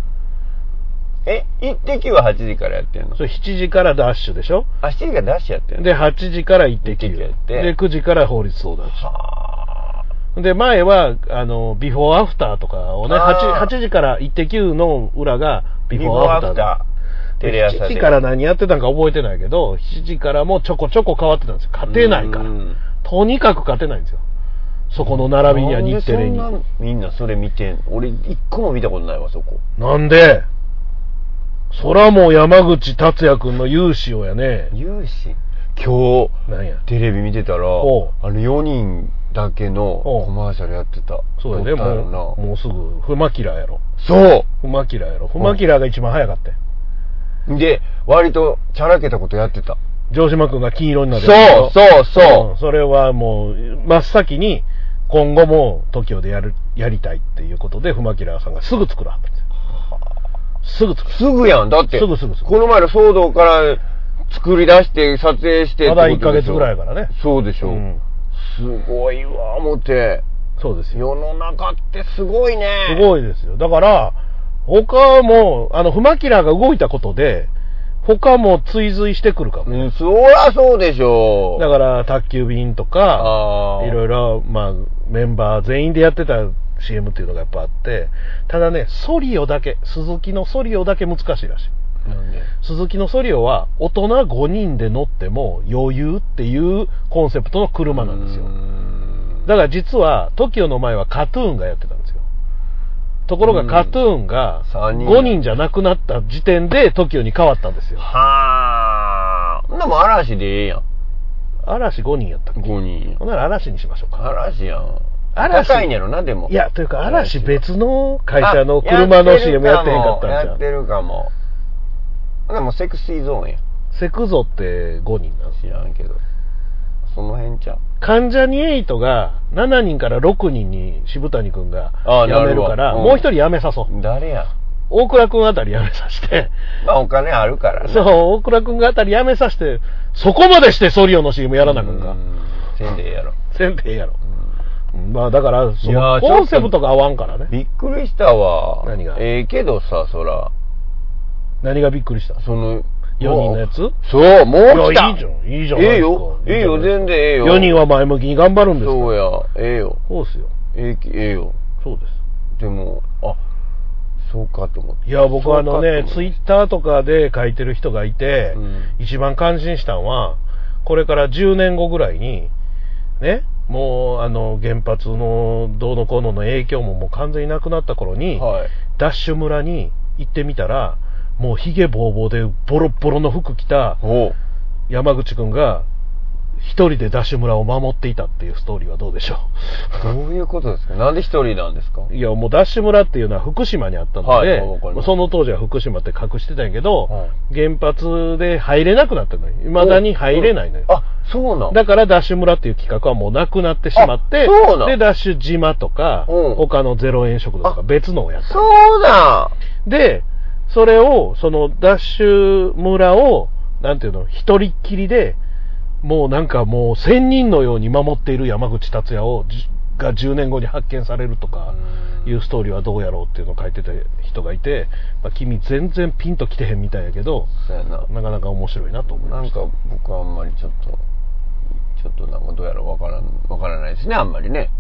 イッテ Q は8時からやってんの？ それ7時からダッシュでしょ？ 7時からダッシュやってんの？ で、8時からイッテ Q やって、で、9時から法律相談所。で、前は、ビフォーアフターとかをね、8時からイッテ Q の裏がビフォーアフター。テレ朝で。7時から何やってたんか覚えてないけど、7時からもちょこちょこ変わってたんですよ。勝てないから。とにかく勝てないんですよ。そこの並びには日テレに。 みんなそれ見てん。俺一個も見たことないわ、そこ。 なんで？そらもう山口達也くんの勇姿をやね。 勇姿？今日、 何やテレビ見てたら、4人だけのコマーシャルやってた。 そうやね、もうすぐ、フマキラーやろ。 そう！ フマキラーやろ。フマキラーが一番早かったよ。で、割とチャラけたことやってた。 城島くんが金色になってそう。 それはもう、真っ先に、今後も TOKIO でやりたいっていうことで、フマキラーさんがすぐ作らはったんですよ。すぐやん。だって、この前の騒動から作り出して撮影してまだ1ヶ月ぐらいやからね。 そうでしょ。すごいわ、思って。 そうですよ。 世の中ってすごいね。 すごいですよ。だから、他も、フマキラーが動いたことで、他も追随してくるかも。 そりゃそうでしょう。 だから、宅急便とか、いろいろ、まあ、メンバー全員でやってたCM っていうのがやっぱあって、ただね、ソリオだけ、鈴木のソリオだけ難しいらしい。 なんで？ 鈴木のソリオは大人5人で乗っても余裕っていうコンセプトの車なんですよ。だから実は TOKIO の前はカトゥーンがやってたんですよ。ところがカトゥーンが5人じゃなくなった時点で TOKIO に変わったんですよ。 はー。でも嵐でええやん。 嵐5人やったっけ？ 5人。 ほんなら嵐にしましょうか。 嵐やん。高いんやろな、でも。 いや、というか嵐別の会社の車の CM やってへんかったんじゃん。 やってるかも。でもセクシーゾーンや。 セクゾって5人なん知らんけど。その辺ちゃう。 関ジャニ∞が7人から6人に渋谷くんが辞めるから、もう一人辞めさそう。 誰や？ 大倉くんあたり辞めさせて。 まあお金あるからね。 そう、大倉くんがあたり辞めさせて、そこまでしてソリオの CM やらなくんか。 せんでええやろ。 せんでええやろ。まあだから、そのコンセプトが合わんからね。 びっくりしたわ。 何が？ けどさ、そら。 何がびっくりした？ その、 4人のやつ？ そう、もう来た。 いいじゃん、いいじゃん。ええよ、全然ええよ。 4人は前向きに頑張るんですよ。 そうや、ええよ。 そうっすよ。 ええよ。 そうです。 でも、そうかと思って。 いや、僕はツイッターとかで書いてる人がいて、一番感心したのは、これから10年後ぐらいに、ね、もう原発のどうのこうのの影響ももう完全になくなった頃に、ダッシュ村に行ってみたら、もうヒゲボーボーでボロボロの服着た山口くんが一人でダッシュ村を守っていたっていうストーリーはどうでしょう？どういうことですか？なんで一人なんですか？ いや、もうダッシュ村っていうのは福島にあったので、その当時は福島って隠してたんやけど、原発で入れなくなったのよ。未だに入れないのよ。 そうなんだからダッシュ村っていう企画はもうなくなってしまって、 そうなんで、ダッシュ島とか、他の0円食堂とか別のをやった。 そうだで、それを、そのダッシュ村を、なんていうの、一人っきりで、もうなんかもう1000人のように守っている山口達也が10年後に発見されるとかいうストーリーはどうやろうっていうのを書いてた人がいて、まあ、君全然ピンときてへんみたいやけど、なかなか面白いなと思いました。 なんか僕はあんまりちょっとなんかどうやろうわからないですね、あんまりね。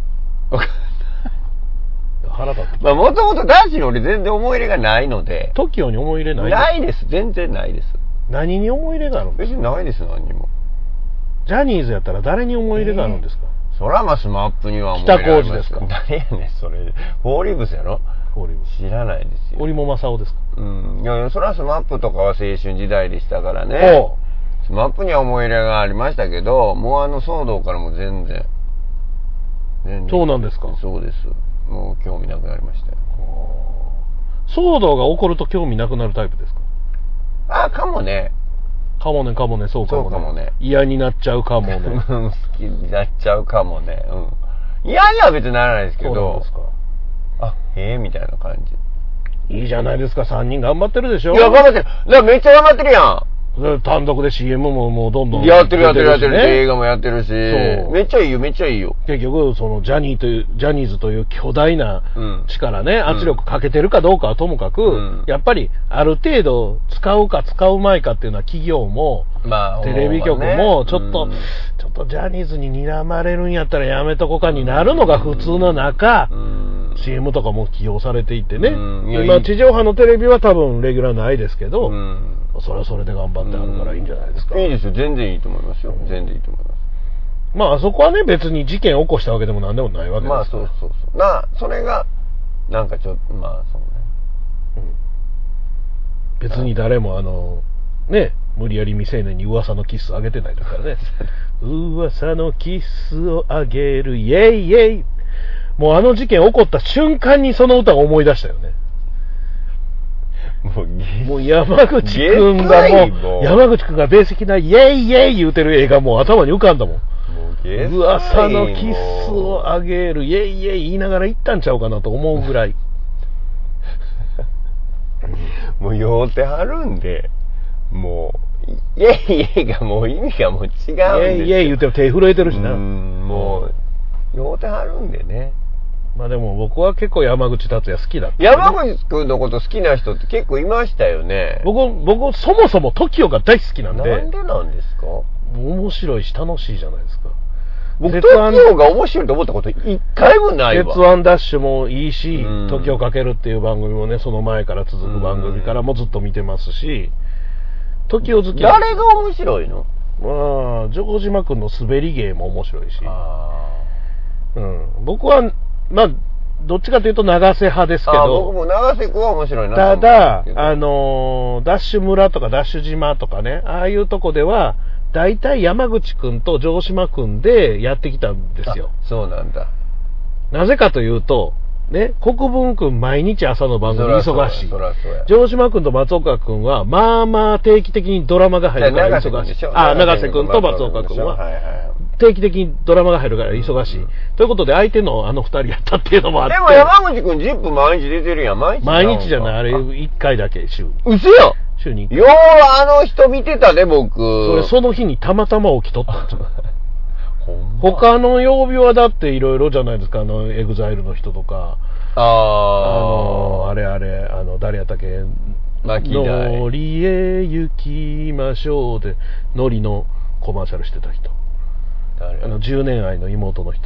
腹立ってきた。まあもともとダッシュに俺全然思い入れがないので。 TOKIO に思い入れない？ ないです、全然ないです。 何に思い入れがあるんですか？ 別にないです、何にも。 ジャニーズやったら誰に思い入れがあるんですか？ そらまスマップには思い入れがあります。 北浩二ですか？ 何やねんそれ。フォーリーブスやろ？ フォーリーブス。 知らないですよ。 折茂正夫ですか？ いやそらスマップとかは青春時代でしたからね。スマップには思い入れがありましたけど、もう騒動からも全然。 そうなんですか？ そうです。もう興味なくなりましたよ。 騒動が起こると興味なくなるタイプですか？ かもね。 かもね、そうかもね。 そうかもね。 嫌になっちゃうかもね。 好きになっちゃうかもね。嫌には別にならないですけど。 そうなんですか。 へえみたいな感じ。 いいじゃないですか、3人頑張ってるでしょ？ いや、頑張ってる。だからめっちゃ頑張ってるやん。 単独で CM ももうどんどんやってる、映画もやってるし、めっちゃいいよ。結局そのジャニーズという巨大な力ね、圧力かけてるかどうかはともかく、やっぱりある程度使うか使うまいかっていうのは企業も、テレビ局もちょっとジャニーズに睨まれるんやったらやめとこかになるのが普通の中、CM とかも起用されていてね、今地上波のテレビは多分レギュラーないですけど、それはそれで頑張ってあるからいいんじゃないですか。 いいですよ、全然いいと思いますよ。全然いいと思います。 まああそこはね、別に事件起こしたわけでも何でもないわけですから。 そうそれがなんかちょっとそうね、 別に誰もね、無理やり未成年に噂のキスあげてないですからね。噂のキスをあげるイエイイエイ。もう事件起こった瞬間にその歌を思い出したよね。もう山口くんが山口くんがベース的なイエイイエイ言うてる映画もう頭に浮かんだもん。噂のキスをあげるイエイイエイ言いながら行ったんちゃうかなと思うぐらい。 もう酔ってはるんで、もうイエイイエイがもう意味がもう違うんですよ。イエイイエイ言うてる手震えてるしな。 もう酔ってはるんでね。 まあでも僕は結構山口達也好きだった、ね。 山口くんのこと好きな人って結構いましたよね。 僕そもそも TOKIO が大好きなんで。 なんでなんですか？ 面白いし楽しいじゃないですか。 僕 TOKIO が面白いと思ったこと一回もないわ。 鉄腕ダッシュもいいし、TOKIO かけるっていう番組もね、その前から続く番組からもずっと見てますし、TOKIO 好き。 誰が面白いの？ まあ城島くんの滑り芸も面白いし、僕はまあどっちかというと長瀬派ですけど、 僕も長瀬くんは面白いな。 ただダッシュ村とかダッシュ島とかね、ああいうとこでは大体山口くんと城島くんでやってきたんですよ。 そうなんだ。 なぜかというとね、国分くん毎日朝の番組忙しい。城島くんと松岡くんはまあまあ定期的にドラマが入るから忙しい。長瀬くんと松岡くんは定期的にドラマが入るから忙しい。ということで相手の2人やったっていうのもあって。 でも山口くん10分毎日出てるやん。毎日じゃない、あれ1回だけ週に。 嘘よ。 週に1回。 よう人見てたね僕。 その日にたまたま起きとったんですよ。他の曜日はだっていろいろじゃないですか。エグザイルの人とか、誰やったっけ、ノリへ行きましょうでノリのコマーシャルしてた人、10年愛の妹の人。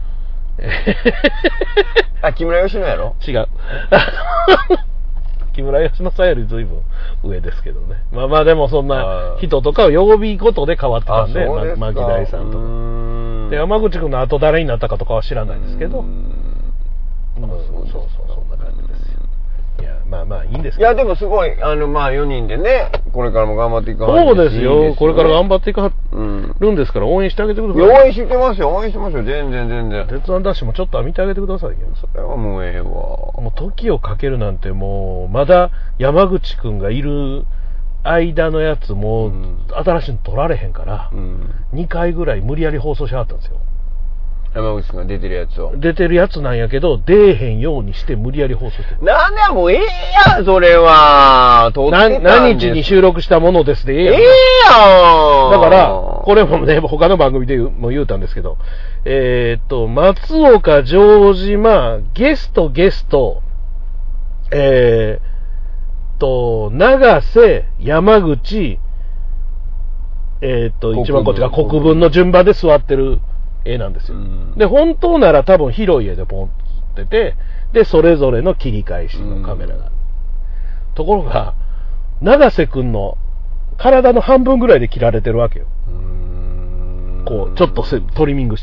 木村佳乃やろ？ 違う。木村佳乃さんより随分上ですけどね。まあでもそんな人とかを曜日ごとで変わってたんで、牧大さんとか。で山口くんの後誰になったかとかは知らないですけど、そんな感じですよ。いやまあいいんですけど。 いやでもすごい4人でね、これからも頑張っていかないと。 そうですよ。これから頑張っていかるんですから応援してあげてください。 応援してますよ。全然。 鉄腕ダッシュもちょっと見てあげてくださいよ。 それはもうええわ。 もう時をかけるなんてもうまだ山口くんがいる間のやつも新しいの撮られへんから、2回ぐらい無理やり放送しはったんですよ。 山口が出てるやつを。 出てるやつなんやけど、出えへんようにして無理やり放送してる。 なんでもうええやん、それは。 何日に収録したものですでええやん。 ええやん。 だから、これもね、他の番組でも言うたんですけど、松岡、城島、ゲスト、長瀬、山口、一番こっちが国分の順番で座ってる絵なんですよ。で、本当なら多分広い絵でポンってて、で、それぞれの切り返しのカメラが。ところが、長瀬くんの体の半分ぐらいで切られてるわけよ。こう、ちょっとトリミングして。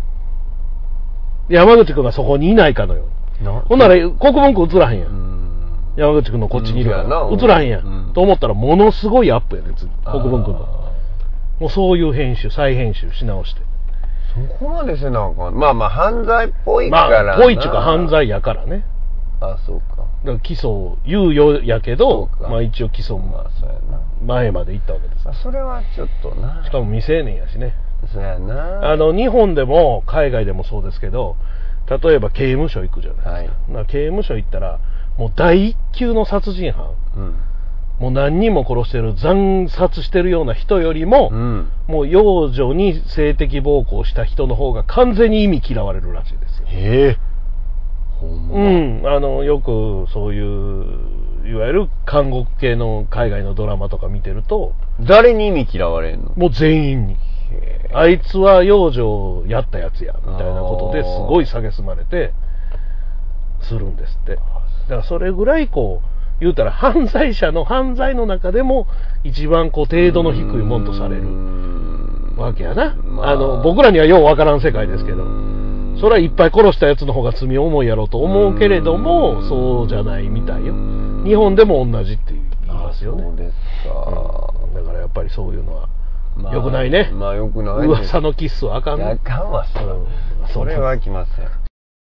山口くんがそこにいないかのよ。ほんなら、国分くん映らへんやん。山口くんのこっちにいるから。映らへんやん。と思ったら、ものすごいアップやねん、国分くんの。もうそういう編集、再編集し直して。 そこまでせなあかん。まあ犯罪っぽいからな。 ぽいっちゅうか犯罪やからね。 あ、そうか。 だから起訴猶予やけど、まあ一応起訴も前まで行ったわけです。 それはちょっとな。 しかも未成年やしね。 そうやな。 日本でも海外でもそうですけど、例えば刑務所行くじゃないですか。刑務所行ったら、もう第一級の殺人犯。もう何人も殺してる、惨殺してるような人よりも、もう幼女に性的暴行した人の方が完全に忌み嫌われるらしいですよ。 ほんま。 よくそういう、いわゆる監獄系の海外のドラマとか見てると、 誰に忌み嫌われるの？ もう全員に。あいつは幼女をやったやつや、みたいなことですごい蔑まれて、するんですって。だからそれぐらいこう、言うたら犯罪者の犯罪の中でも一番こう程度の低いもんとされるわけやな。僕らにはようわからん世界ですけど、それはいっぱい殺したやつの方が罪重いやろうと思うけれども、そうじゃないみたいよ。日本でも同じって言いますよね。 そうですか。 だからやっぱりそういうのは良くないね。 まあ良くない。 噂のキスはあかんね。 あかんわ、それは来ません。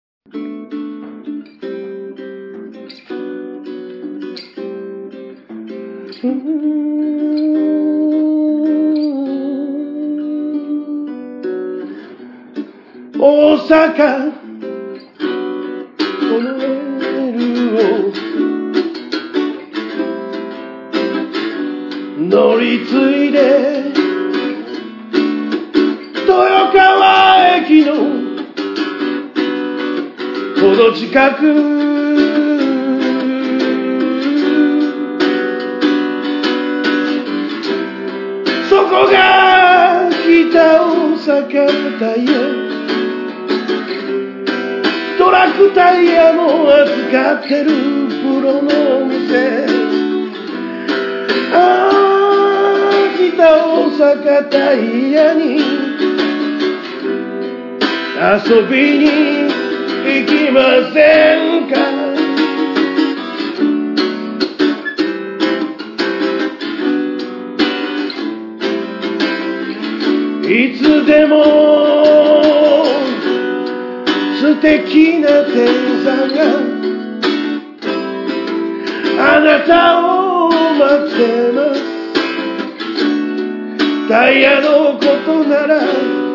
大阪このメールを乗り継いで豊川駅のほど近くそこが北大阪タイヤトラックタイヤも扱ってるプロのお店北大阪タイヤに遊びに行きませんかいつでも素敵な店さんがあなたを待ってますタイヤのことなら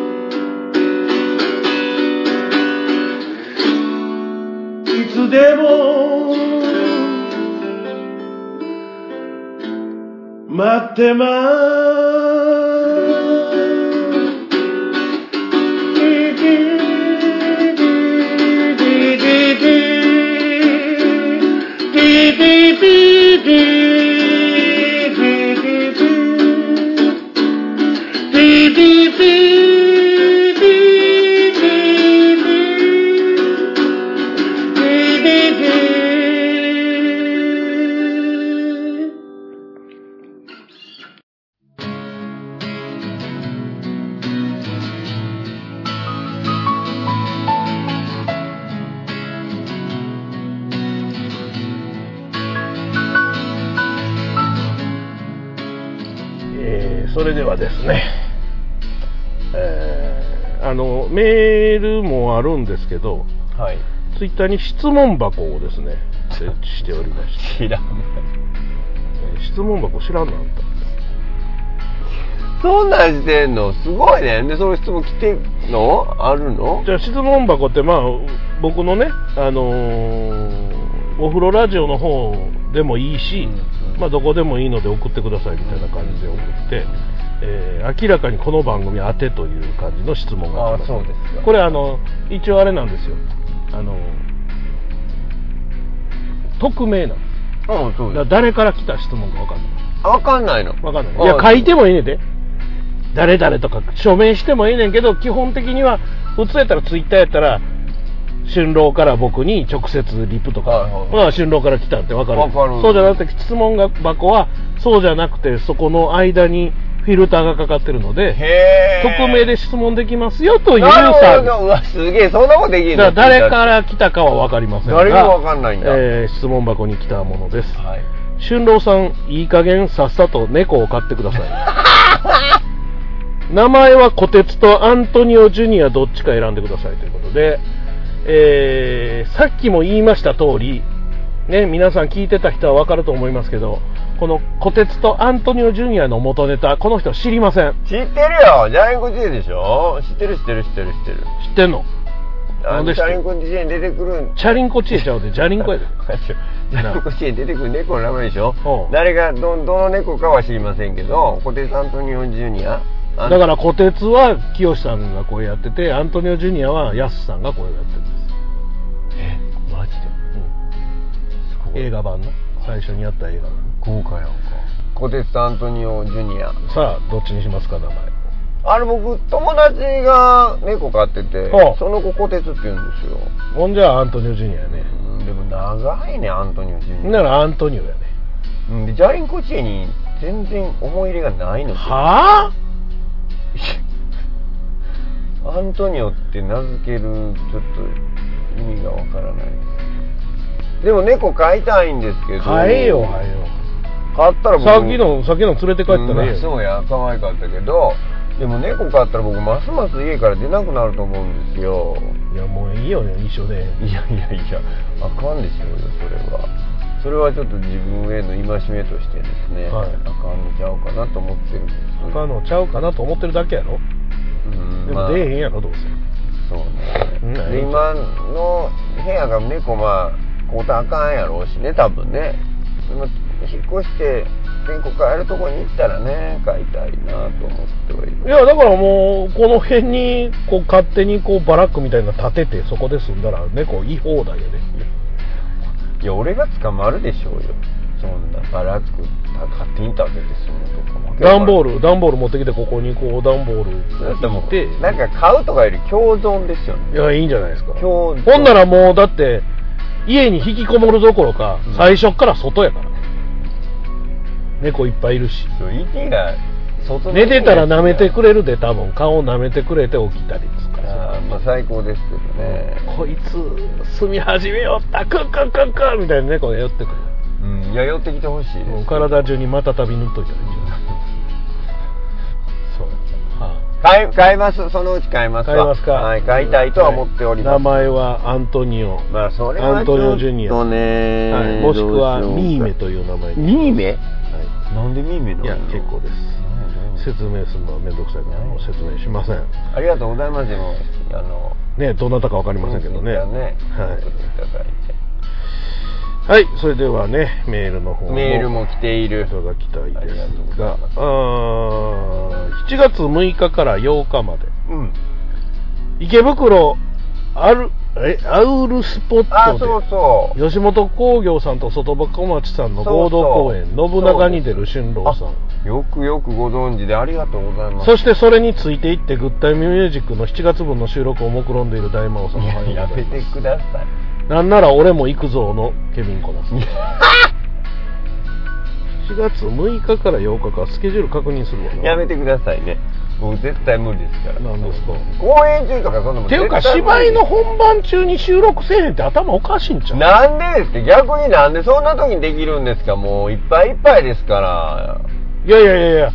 いつでも待ってますそれではですね、メールもあるんですけど、 はい、 ツイッターに質問箱をですね設置しておりまして、質質問箱知らんのあんた。 そんなんしてんのすごいね。でその質問来てんのあるの？ じゃあ質問箱ってまあ僕のねお風呂ラジオの方でもいいし、まあどこでもいいので送ってくださいみたいな感じで送って、明らかにこの番組宛てという感じの質問が来ます。 そうですか。 これ一応あれなんですよ。匿名なんです。 そうです。 だから誰から来た質問か分かんない。 分かんないの？ 分かんない。いや書いてもいいねんで。誰々とか署名してもいいねんけど、基本的には普通やったらツイッターやったら春郎から僕に直接リプとか、まあ春郎から来たって分かる。そうじゃなくて質問箱はそうじゃなくて、そこの間にフィルターがかかってるので、匿名で質問できますよというサービス。 うわすげえ、そんなことできるの？ だから誰から来たかは分かりませんが、 誰も分かんないんだ。 質問箱に来たものです。春郎さん、いい加減さっさと猫を飼ってください。名前は小鉄とアントニオジュニアどっちか選んでくださいということで、さっきも言いました通り、ね、皆さん聞いてた人は分かると思いますけど、この小鉄とアントニオジュニアの元ネタ、この人知りません。 知ってるよ。ジャリンコ知恵でしょ。知ってる。知ってんの？ なんでチャリンコ知恵に出てくるん？ チャリンコ知恵ちゃうで、ジャリンコやで。 ジャリンコ知恵に出てくる猫の名前でしょ。誰がどの猫かは知りませんけど、小鉄アントニオジュニア。 だから小鉄は清さんが声やってて、アントニオジュニアはヤスさんが声をやってるんです。 マジで？ 映画版の最初にやった映画版。 豪華やんか。小鉄アントニオジュニア。 さあどっちにしますか、名前。 あれ僕友達が猫飼ってて、その子小鉄って言うんですよ。 ほんじゃあアントニオジュニアやね。 でも長いね、アントニオジュニア。 ならアントニオやね。 でジャリンコ知恵に全然思い入れがないの。 はぁ？ アントニオって名付けるちょっと意味がわからない。でも猫飼いたいんですけど。 飼えよはよ。 飼ったら僕さっきの連れて帰ったらいいよ。 そうや、可愛かったけど、でも猫飼ったら僕ますます家から出なくなると思うんですよ。 いやもういいよね、一緒で。 いやあかんでしょうよ。それはちょっと自分への戒めとしてですね、あかんのちゃうかなと思ってるんです。 あかんのちゃうかなと思ってるだけやろ。でも出えへんやろ、どうせ。 そうね。で今の部屋が猫こうたらあかんやろうしね、多分ね。引っ越して全国帰るとこに行ったらね、飼いたいなと思ってはいる。 いやだからもうこの辺にこう勝手にこうバラックみたいなの建てて、そこで住んだら猫いい放題やで。 いや俺が捕まるでしょうよ。そんなバラック勝手に建てて住むとかも。 段ボール持ってきて、ここにこう段ボール置いて、なんか買うとかより共存ですよね。 いやいいんじゃないですか。 ほんならもうだって家に引きこもるどころか、最初から外やから。猫いっぱいいるし。 息が外寝てたら舐めてくれるで、多分顔舐めてくれて起きたりですから。 最高ですけどね。 こいつ住み始めよった、クックックックみたいな猫が寄ってくる。 いや寄ってきてほしいです。 体中にまたたび塗っといたらいいんじゃない。そう。 買います。そのうち買います。 買いますか。 はい、買いたいとは思っております。 名前はアントニオ。 それはアントニオジュニア。 はい、 もしくはミーメという名前。 ミーメ？はい。なんでミーメなの？ いや結構です。説明するのはめんどくさいからもう説明しません。 ありがとうございます。でもね、どなたかわかりませんけどね。はい。 いただいて。 はい、それではね、メールの方も来ている。 いただきたいですが、7月6日から8日まで、池袋アウルスポットで吉本興業さんと外箱町さんの合同公演、信長に出る春郎さん、 よくご存知でありがとうございます。 そしてそれについていってグッタイミュージックの7月分の収録を目論んでいる大魔王さん。 やめてください。 なんなら俺も行くぞのケビンコナス。7月6日から8日かスケジュール確認するわな。 やめてくださいね。もう絶対無理ですから。 なんですか。 公演中とかそんなもん。 っていうか芝居の本番中に収録せえへんって頭おかしいんちゃう？ なんでですって、逆になんでそんな時にできるんですか。もういっぱいいっぱいですから。 いや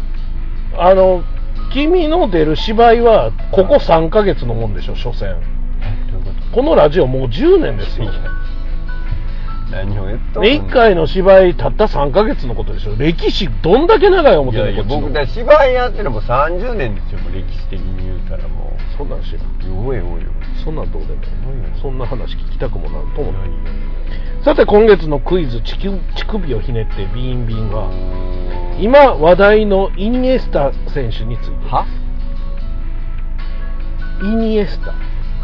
君の出る芝居はここ3ヶ月のもんでしょ、所詮。このラジオもう10年ですよ。 何を言っとんの。 1回の芝居たった3ヶ月のことでしょ。歴史どんだけ長い思ってるの。 いやいや、僕だ芝居やってるのも30年ですよ。もう歴史的に言うたらもう。 そんなん知らん。 おいおいおい。 そんなんどうでもいい。そんな話聞きたくもなんともない。さて今月のクイズ、乳首をひねってビンビンは今話題のイニエスタ選手について。 は？ イニエスタ。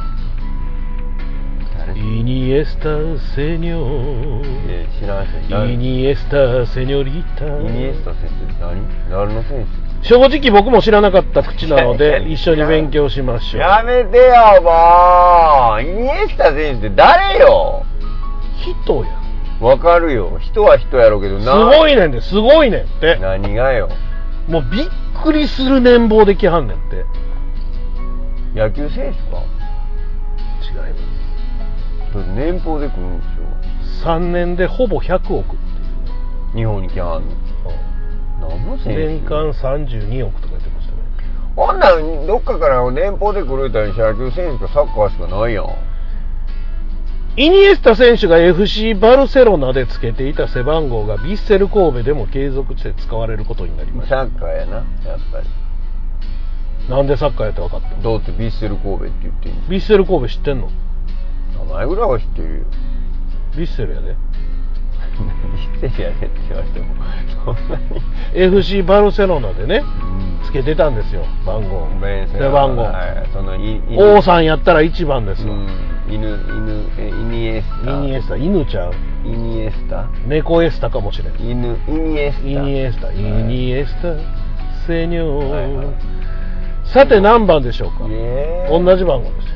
イニエスタセニョ。 知らん人。 イニエスタセニョリタ。 イニエスタ選手何の選手？ 正直僕も知らなかった口なので一緒に勉強しましょう。 やめてよもう。イニエスタ選手って誰よ。 人や。 わかるよ。人は人やろうけどすごいねんで、すごいねんって。 何がよ。 もうびっくりする年俸できはんねんって。 野球選手か？ 違います。 年俸で来るんでしょ。 3年でほぼ100億っていう。 日本に来はんの。何の選手？ 年間32億とか言ってましたね。 ほんなんどっかから年俸で来るみたいに野球選手かサッカーしかないやん。 イニエスタ選手が FC バルセロナでつけていた背番号がヴィッセル神戸でも継続して使われることになりました。 サッカーやな、やっぱり。 なんでサッカーやって分かった？ だってヴィッセル神戸って言っていいんヴィッセル神戸知ってんの？ 名前ぐらいは知ってるよ。 ヴィッセルやで。 ヴィッセルやでって言われてもそんなに FC バルセロナでね、つけてたんですよ、番号。背番号。 その王さんやったら1番ですよ。 イニエスタ。 イニエスタ、犬ちゃう？ イニエスタ？ 猫エスタかもしれん。 イニエスタ。 イニエスタ、イニエスタ、セニョー。さて何番でしょうか？同じ番号ですよ。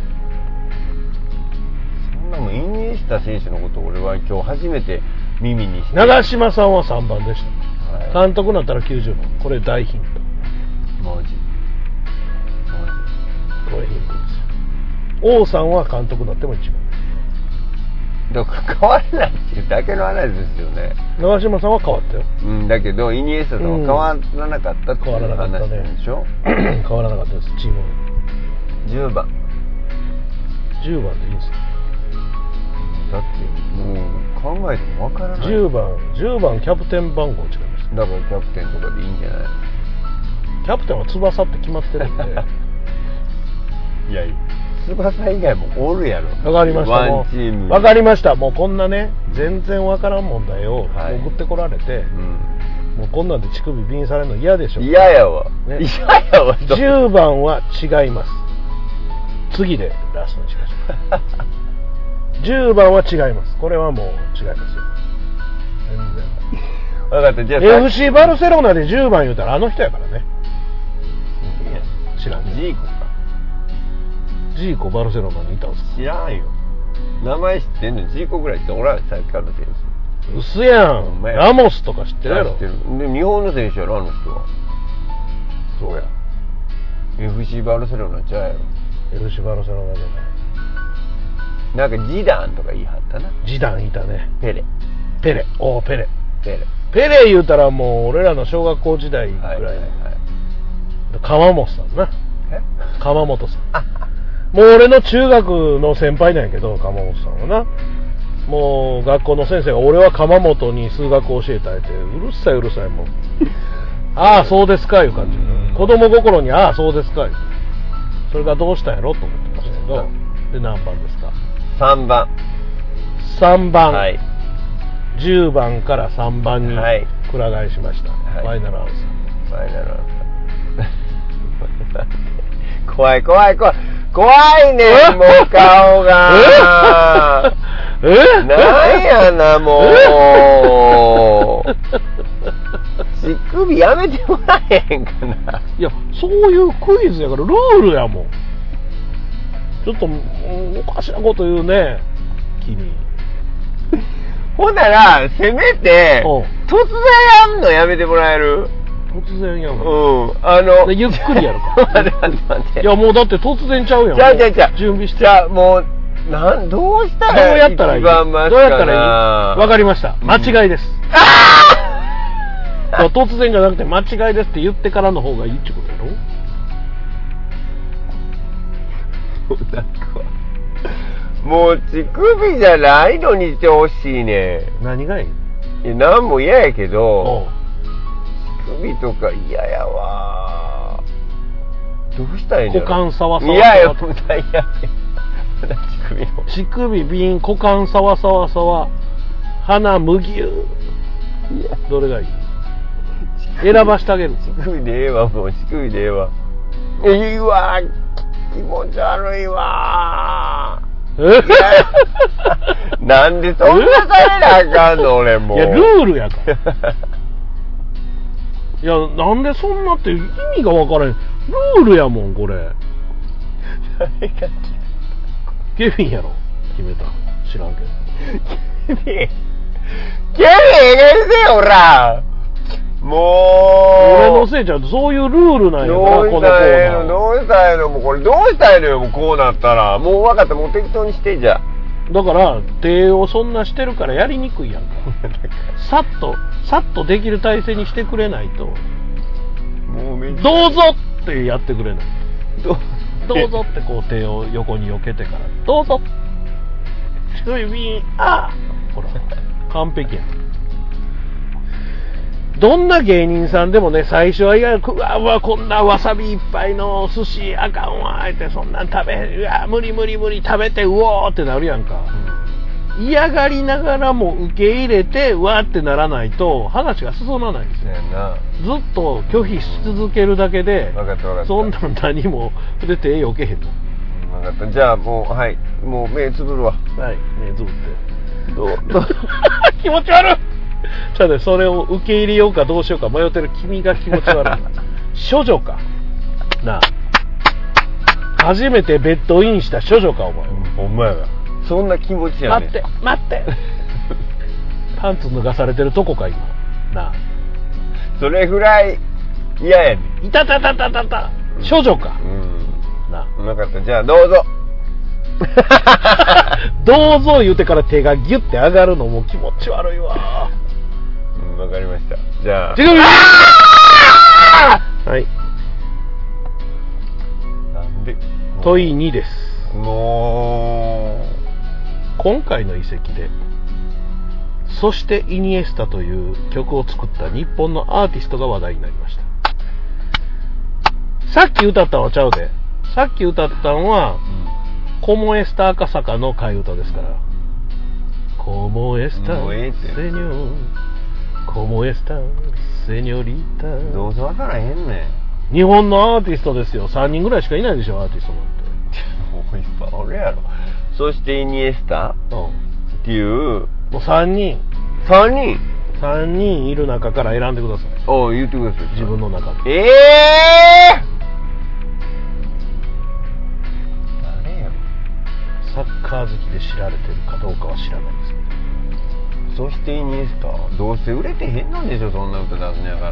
そんなもんイニエスタ選手のこと俺は今日初めて耳にして。 長嶋さんは3番でした。監督になったら90番。これ大ヒント。 マジ。 これヒントですよ。王さんは監督になっても1番です。 だから変わらないっていうだけの話ですよね。 長嶋さんは変わったよ。 だけどイニエスタさんは変わらなかったっていう話なんでしょ。 変わらなかったです、チーム。 10番。 10番でいいんですか？ だってもう考えてもわからない。 10番キャプテン番号違いました。 だからキャプテンとかでいいんじゃない？ キャプテンは翼って決まってるんで。 いやいや。翼以外もおるやろ。 わかりました。 ワンチーム。 わかりました。もうこんなね、全然わからん問題を送ってこられて、もうこんなんで乳首ビンされるの嫌でしょ。 嫌やわ。嫌やわ。 10番は違います。次でラストにしましょう。10番は違います。これはもう違いますよ。全然。 分かった。じゃあ FC バルセロナで10番言うたらあの人やからね。知らん。 ジーコか。 ジーコバルセロナにいたんですか？ 知らんよ。名前知ってんのジーコぐらいっておらんさっきからの選手。うすやん。ラモスとか知ってるやろ。 知ってる。で日本の選手やろあの人は。そうや。FC バルセロナちゃうやろ。 FC バルセロナじゃない。 なんかジダンとか言い張ったな。 ジダンいたね。 ペレ。 おーペレ言うたらもう俺らの小学校時代ぐらい。鎌本さんな。鎌本さん。もう俺の中学の先輩なんやけど、鎌本さんはな。もう学校の先生が俺は鎌本に数学を教えたいって、うるさいもう。ああそうですかいう感じ。子供心にああそうですかいう。それがどうしたんやろと思ってましたけど。で何番ですか ？3番。 3番。 はい。 10番から3番にくら替えしました。 はい、 ファイナルアンサー。 ファイナルアンサー。怖いねもう顔が。なんやなもう。乳首やめてもらえへんかな。 いやそういうクイズやからルールやもん。ちょっとおかしなこと言うね君。 ほんならせめて突然やんのやめてもらえる？ 突然やんの？ ゆっくりやるか。 待って。 いやもうだって突然ちゃうやん。 じゃあ準備して。 じゃあもうどうしたらどうやったらいい？どうやったらいい？わかりました。間違いです。突然じゃなくて間違いですって言ってからの方がいいってことやろ？ もう乳首じゃないのにしてほしいね。 何がいい？ いや、なんも嫌やけど、乳首とか嫌やわ。どうしたらいいの？ 股間サワサワ。 嫌や、もう最悪。 乳首ビン、股間サワサワサワ、鼻むぎゅー。どれがいい？選ばしてあげる。 乳首でええわ、もう乳首でええわ。いいわ、気持ち悪いわ。なんでそんなされなあかんの俺もう。 いや、ルールやから。いや、なんでそんなって意味が分からへん。ルールやもん、これ。ケビンやろ決めた。知らんけど。 ケビンええせよ、ほら。もう俺のせいちゃん、そういうルールなんやから、このコーナー。 どうしたらええのもうこれどうしたらええのよ、もうこうなったら。もう分かった、もう適当にしてじゃだから手をそんなしてるからやりにくいやんか。さっとできる体勢にしてくれないと。 もうめっちゃどうぞってやってくれないと。どうぞってこう手を横に避けてからどうぞ。乳首ビーン、あほら完璧やん。どんな芸人さんでもね、最初はうわこんなわさびいっぱいの寿司あかんわって、そんなん食べ、うわ無理食べてうおーってなるやんか、嫌がりながらも受け入れてうわーってならないと話が進まないんですよ。ずっと拒否し続けるだけで、 分かったそんなん何もで手避けへんの。 分かった。じゃあもう、はい、もう目つぶるわ。 はい、目つぶってどう気持ち悪い。じゃあね、それを受け入れようかどうしようか迷ってる君が気持ち悪い。処女かなあ、初めてベッドインした処女かお前。 お前がそんな気持ちやね。 待ってパンツ脱がされてるとこか今なあ。 それぐらい嫌やねん。 いた処女か、なあ。 分かった。じゃあどうぞ。 どうぞ言うてから手がギュッて上がるのも気持ち悪いわ。 わかりました。じゃあ。 はい。 なんで？ 問い2です。 もう今回の遺跡で、そしてイニエスタという曲を作った日本のアーティストが話題になりました。さっき歌ったのはちゃうで。さっき歌ったのは、コモエスタ赤坂の替え歌ですから。コモエスタセニョコモエスタセニョリータ。 どうせ分からへんねん。日本のアーティストですよ。3人ぐらいしかいないでしょ、アーティストなんて。 もういっぱいおるやろ。そしてイニエスタっていうもう3人いる中から選んでください。 言ってください。 自分の中で。サッカー好きで知られてるかどうかは知らないですけど。そしてイニエスタどうせ売れてへんのでしょ、そんな歌出すんやから。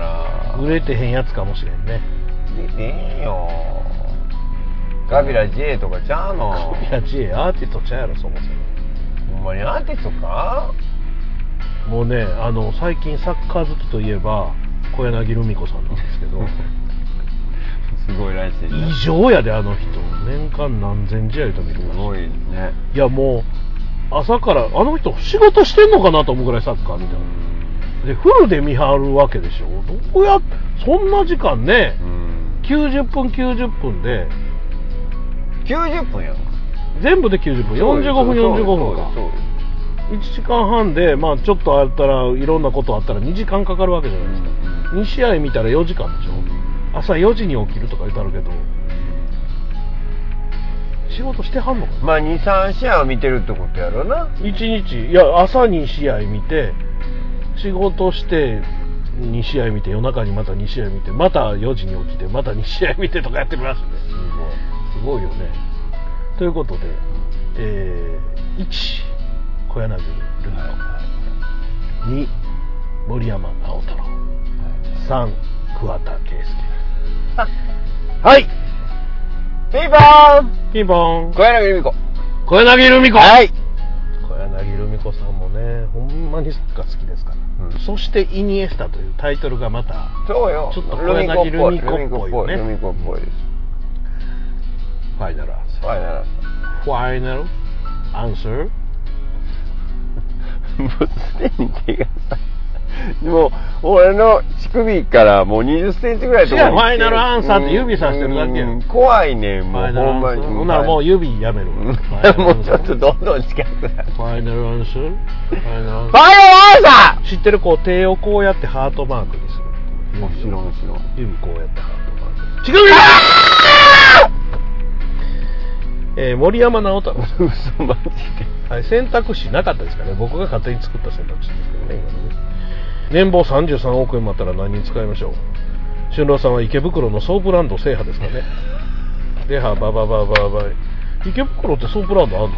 売れてへんやつかもしれんね。 売れてへんよ。ガビラ J とかちゃうの。 ガビラ J アーティストちゃうやろ、そもそも。 ほんまにアーティストか。 もうね、最近サッカー好きといえば小柳ルミ子さんなんですけどすごいらしい、ね、 異常やで、あの人。年間何千試合と見る。 すごいね。 いやもう朝からあの人仕事してんのかなと思うぐらいサッカーみたいな。でフルで見張るわけでしょ。どうやそんな時間ね、90分で 90分やん。 全部で90分、45分45分か。1時間半で、まあちょっとあったらいろんなことあったら2時間かかるわけじゃないですか。2試合見たら4時間でしょ。朝4時に起きるとか言ってあるけど、仕事してはんのかな。 まあ 2,3 試合は見てるってことやろな。 1日、いや朝2試合見て仕事して2試合見て、夜中にまた2試合見て、また4時に起きてまた2試合見てとかやってるらしいね。すごいよね。ということで、1小柳ルミ子、2森山直太朗、3桑田佳祐。はい、 ピンポーンピンポーン。 小柳ルミ子。 小柳ルミ子。 はい。 小柳ルミ子さんもね、ほんまにサッカー好きですから。そしてイニエスタというタイトルがまたそうよ、 ちょっと小柳ルミ子っぽいよね。 ルミ子っぽいです。 ファイナルアンサー。 ファイナルアンサー。 ファイナル answer? もうすでに手がさ、もう俺の乳首からもう20センチぐらいのところに。 違う、ファイナルアンサーって指さしてるだけやん。 怖いねん、もうほんまに。 ほんならもう指やめるわ。 もうちょっとどんどん近くなる。 ファイナルアンサー？ファイナルアンサー？ ファイナルアンサー！ 知ってる？こう手をこうやってハートマークにする。 もちろん。 指こうやってハートマーク。乳首！森山直太朗さん。 嘘マジで。 はい、選択肢なかったですかね。僕が勝手に作った選択肢ですけどね、今のね。年俸33億円もあったら何に使いましょう。俊郎さんは池袋のソープランド制覇ですかね。ではバババババイ。池袋ってソープランドあん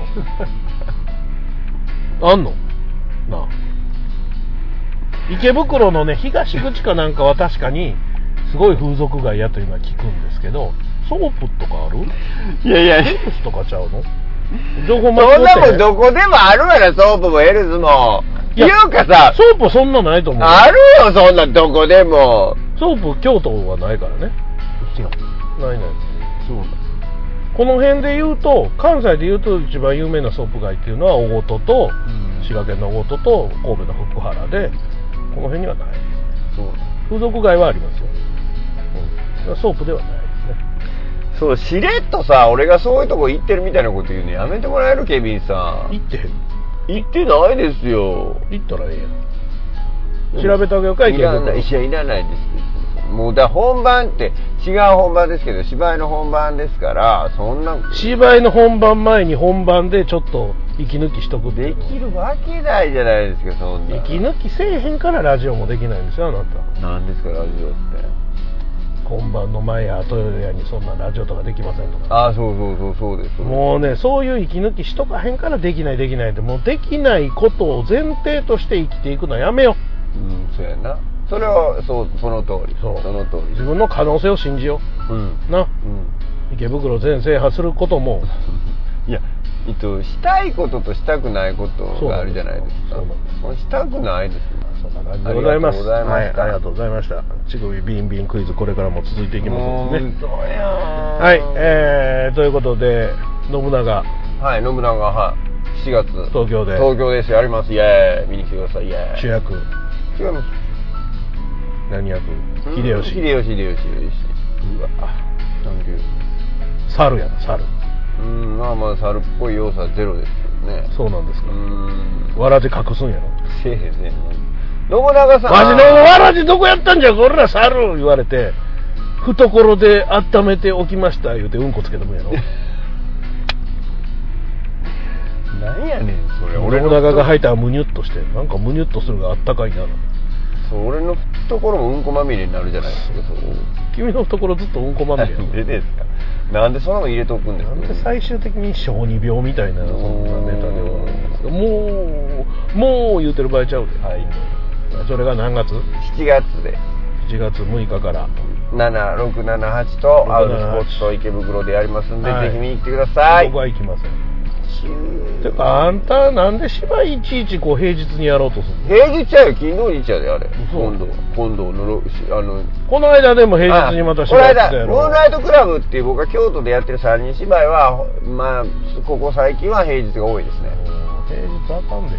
の？あんの？なあ。池袋のね、東口かなんかは確かにすごい風俗街やというのは聞くんですけど、ソープとかある？ いやヘルスとかちゃうの？情報そんなもんどこでもあるわな、ソープもヘルスも。いうかさ、 ソープそんなないと思う。 あるよ、そんなどこでも。 ソープ京都はないからね。 違う。 ない。 そうだ。 この辺で言うと、関西で言うと一番有名なソープ街っていうのは小琴と、滋賀県の小琴と神戸の福原で、この辺にはない。 そうだ。 風俗街はありますよ。ソープではないですね。 そう、しれっとさ、俺がそういうとこ行ってるみたいなこと言うのやめてもらえる？ケビンさん。 行ってへん。 行ってないですよ。 行ったらええやん。調べてあげようか、 いらないです。もう本番って違う本番ですけど、芝居の本番ですから、そんな芝居の本番前に本番でちょっと息抜きしとくってできるわけないじゃないですか。そんな息抜きせえへんからラジオもできないんですよ、あなた。 なんですかラジオって？ 本番の前や後やにそんなラジオとかできませんとか。 ああ、そうです。 もうね、そういう息抜きしとかへんからできないって、もうできないことを前提として生きていくのはやめよう。そうやな。それはその通り。その通り。 自分の可能性を信じよう。な。池袋全制覇することもいや、したいこととしたくないことがあるじゃないですか。そうしたくないです。 そんな感じでございます。はい、ありがとうございました。乳首ビンビンクイズ、これからも続いていきますのでね。はい、ということで信長。 はい、信長、はい、4月東京です。やります。イエーイ、見に来てください。イエーイ。 主役。 違います。 何役？秀吉。 うわ、なんていう。 猿やな、猿。 まあ猿っぽい要素はゼロですけどね。 そうなんですか。わらじ隠すんやろ。 せえへんね。信長さん。 マジのわらじどこやったんじゃ、こら猿言われて、懐で温めておきました言うてうんこつけてもんやろ。 なんやねんそれ。 信長が吐いたらムニュッとして、なんかムニュッとするがあったかいな。 そう、俺の懐もうんこまみれになるじゃないですか。 君の懐ずっとうんこまみれやろ。 でですか。なんでそんなの入れとくんですか。 なんで最終的に小児病みたいなそんなネタではもう言うてる場合ちゃうで。はい。それが何月 ？7月で。 7月6日から 7、6、7、8とアウトスポーツと池袋でやりますんで、ぜひ見に来てください。 僕は行きません。てかあんたなんで芝居いちいちこう平日にやろうとするの？ 平日やよ、金土日やであれ。今度のこの間でも平日にまた芝居やったやろ。 ムーンライトクラブっていう僕が京都でやってる3人芝居はまあここ最近は平日が多いですね。 平日あかんで。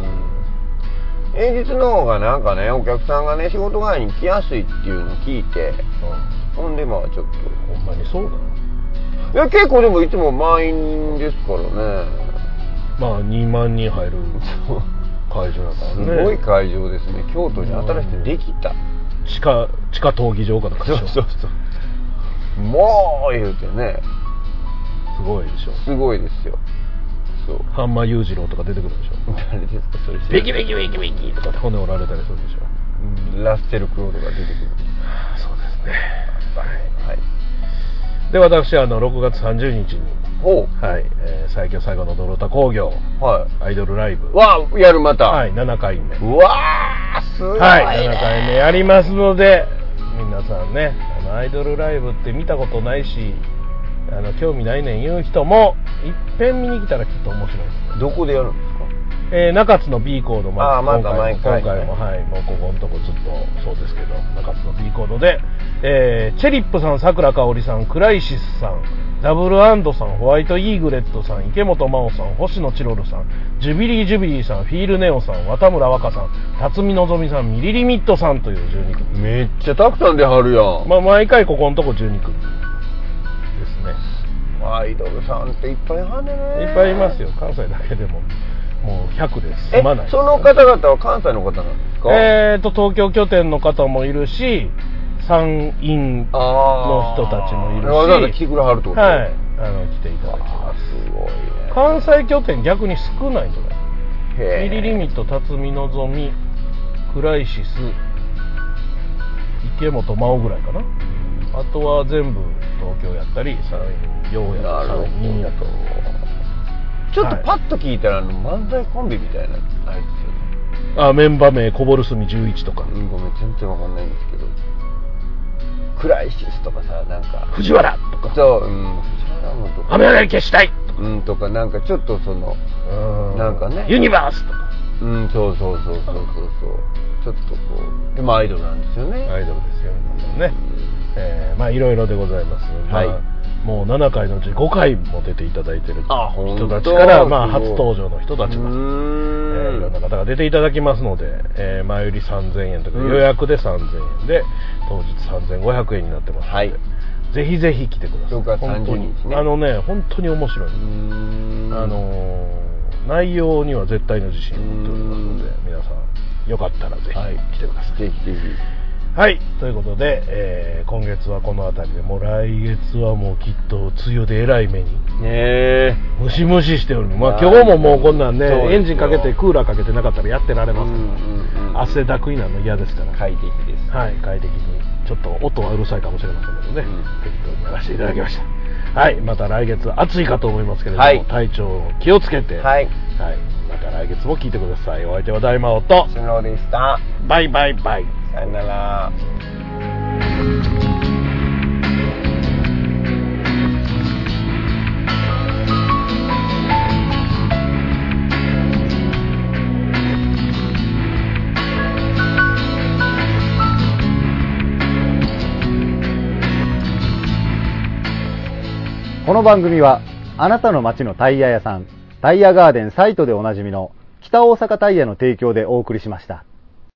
平日の方がなんかね、お客さんがね仕事帰りに来やすいっていうのを聞いて、ほんでまあちょっとほんまにそうだ。 いや結構でもいつも満員ですからね。 まあ2万人入る会場だからね。 すごい会場ですね。京都に新しくできた地下闘技場かなんか。 そうもう言うてね。 すごいでしょ。 すごいですよ。そうハンマー裕次郎とか出てくるでしょ。 誰ですかそれ。 ベキベキベキベキとかって骨折られたりするでしょ。 ラッセルクロウとか出てくる。 そうですね。 はい。 で私は6月30日にはい、 最強最後のドロタ工業、 はい、 アイドルライブやるまた。 はい、7回目。 うわーすごいね。 はい、7回目やりますので、皆さんね、アイドルライブって見たことないし、興味ないねん言う人もいっぺん見に来たらきっと面白い。 どこでやるんですか？ 中津の B コード、 また毎回、 今回も、はい、もうここのとこずっとそうですけど、中津の B コードで、チェリップさん、桜香織さん、クライシスさん、 ダブルアンドさん、ホワイトイーグレットさん、池本真央さん、星野チロルさん、ジュビリーさん、フィールネオさん、渡村若さん、辰巳のぞみさん、ミリリミットさんという12組。 めっちゃたくさんではるやん。 まあ毎回ここのとこ12組ですね。 アイドルさんっていっぱいはんねね。 いっぱいいますよ。関西だけでももう100で済まないです。 その方々は関西の方なんですか？ 東京拠点の方もいるし、山陰の人たちもいるし、 わざわざ来てくれはるってこと？ はい、来ていただきます。 すごいね。 関西拠点逆に少ないんじゃない？ へミリリミット、辰巳のぞみ、クライシス、池本真央ぐらいかな。あとは全部東京やったり、山陰、ようやったり、山陰やと。 ちょっとパッと聞いたら、漫才コンビみたいなあれですよね。 メンバー名こぼるすみ11とか。 ごめん、全然わかんないんですけど。クライシスとかさ、なんか藤原とか。 そう、藤原もとか。 雨上がり消したいとか、なんかちょっとその、なんかね。 ユニバースとか。 そう。ちょっとこう、でもアイドルなんですよね。 アイドルですよね。まあいろいろでございます。はい。もう7回のうち5回も出ていただいてる人たちから、まあ初登場の人たちも、いろんな方が出ていただきますので、前売り3000円とか、予約で3000円で、当日3500円になってますので、はい、ぜひぜひ来てください。 6月30日ね。 本当に面白い。内容には絶対の自信を持っておりますので、皆さんよかったらぜひ来てください。 ぜひぜひ。 はい、ということで、今月はこの辺りで、もう来月はもうきっと梅雨でえらい目にムシムシしておる。まあ今日ももうこんなんね、エンジンかけてクーラーかけてなかったらやってられますから、汗だくになるの嫌ですから。 快適です。 はい、快適に。ちょっと音はうるさいかもしれませんけどね、適当にやらせていただきました。はい、また来月暑いかと思いますけれども、体調気をつけて、はい、また来月も聞いてください。お相手は大魔王とスノーでした。 バイバイバイ。 さよなら。 この番組はあなたの街のタイヤ屋さん、タイヤガーデンサイトでおなじみの北大阪タイヤの提供でお送りしました。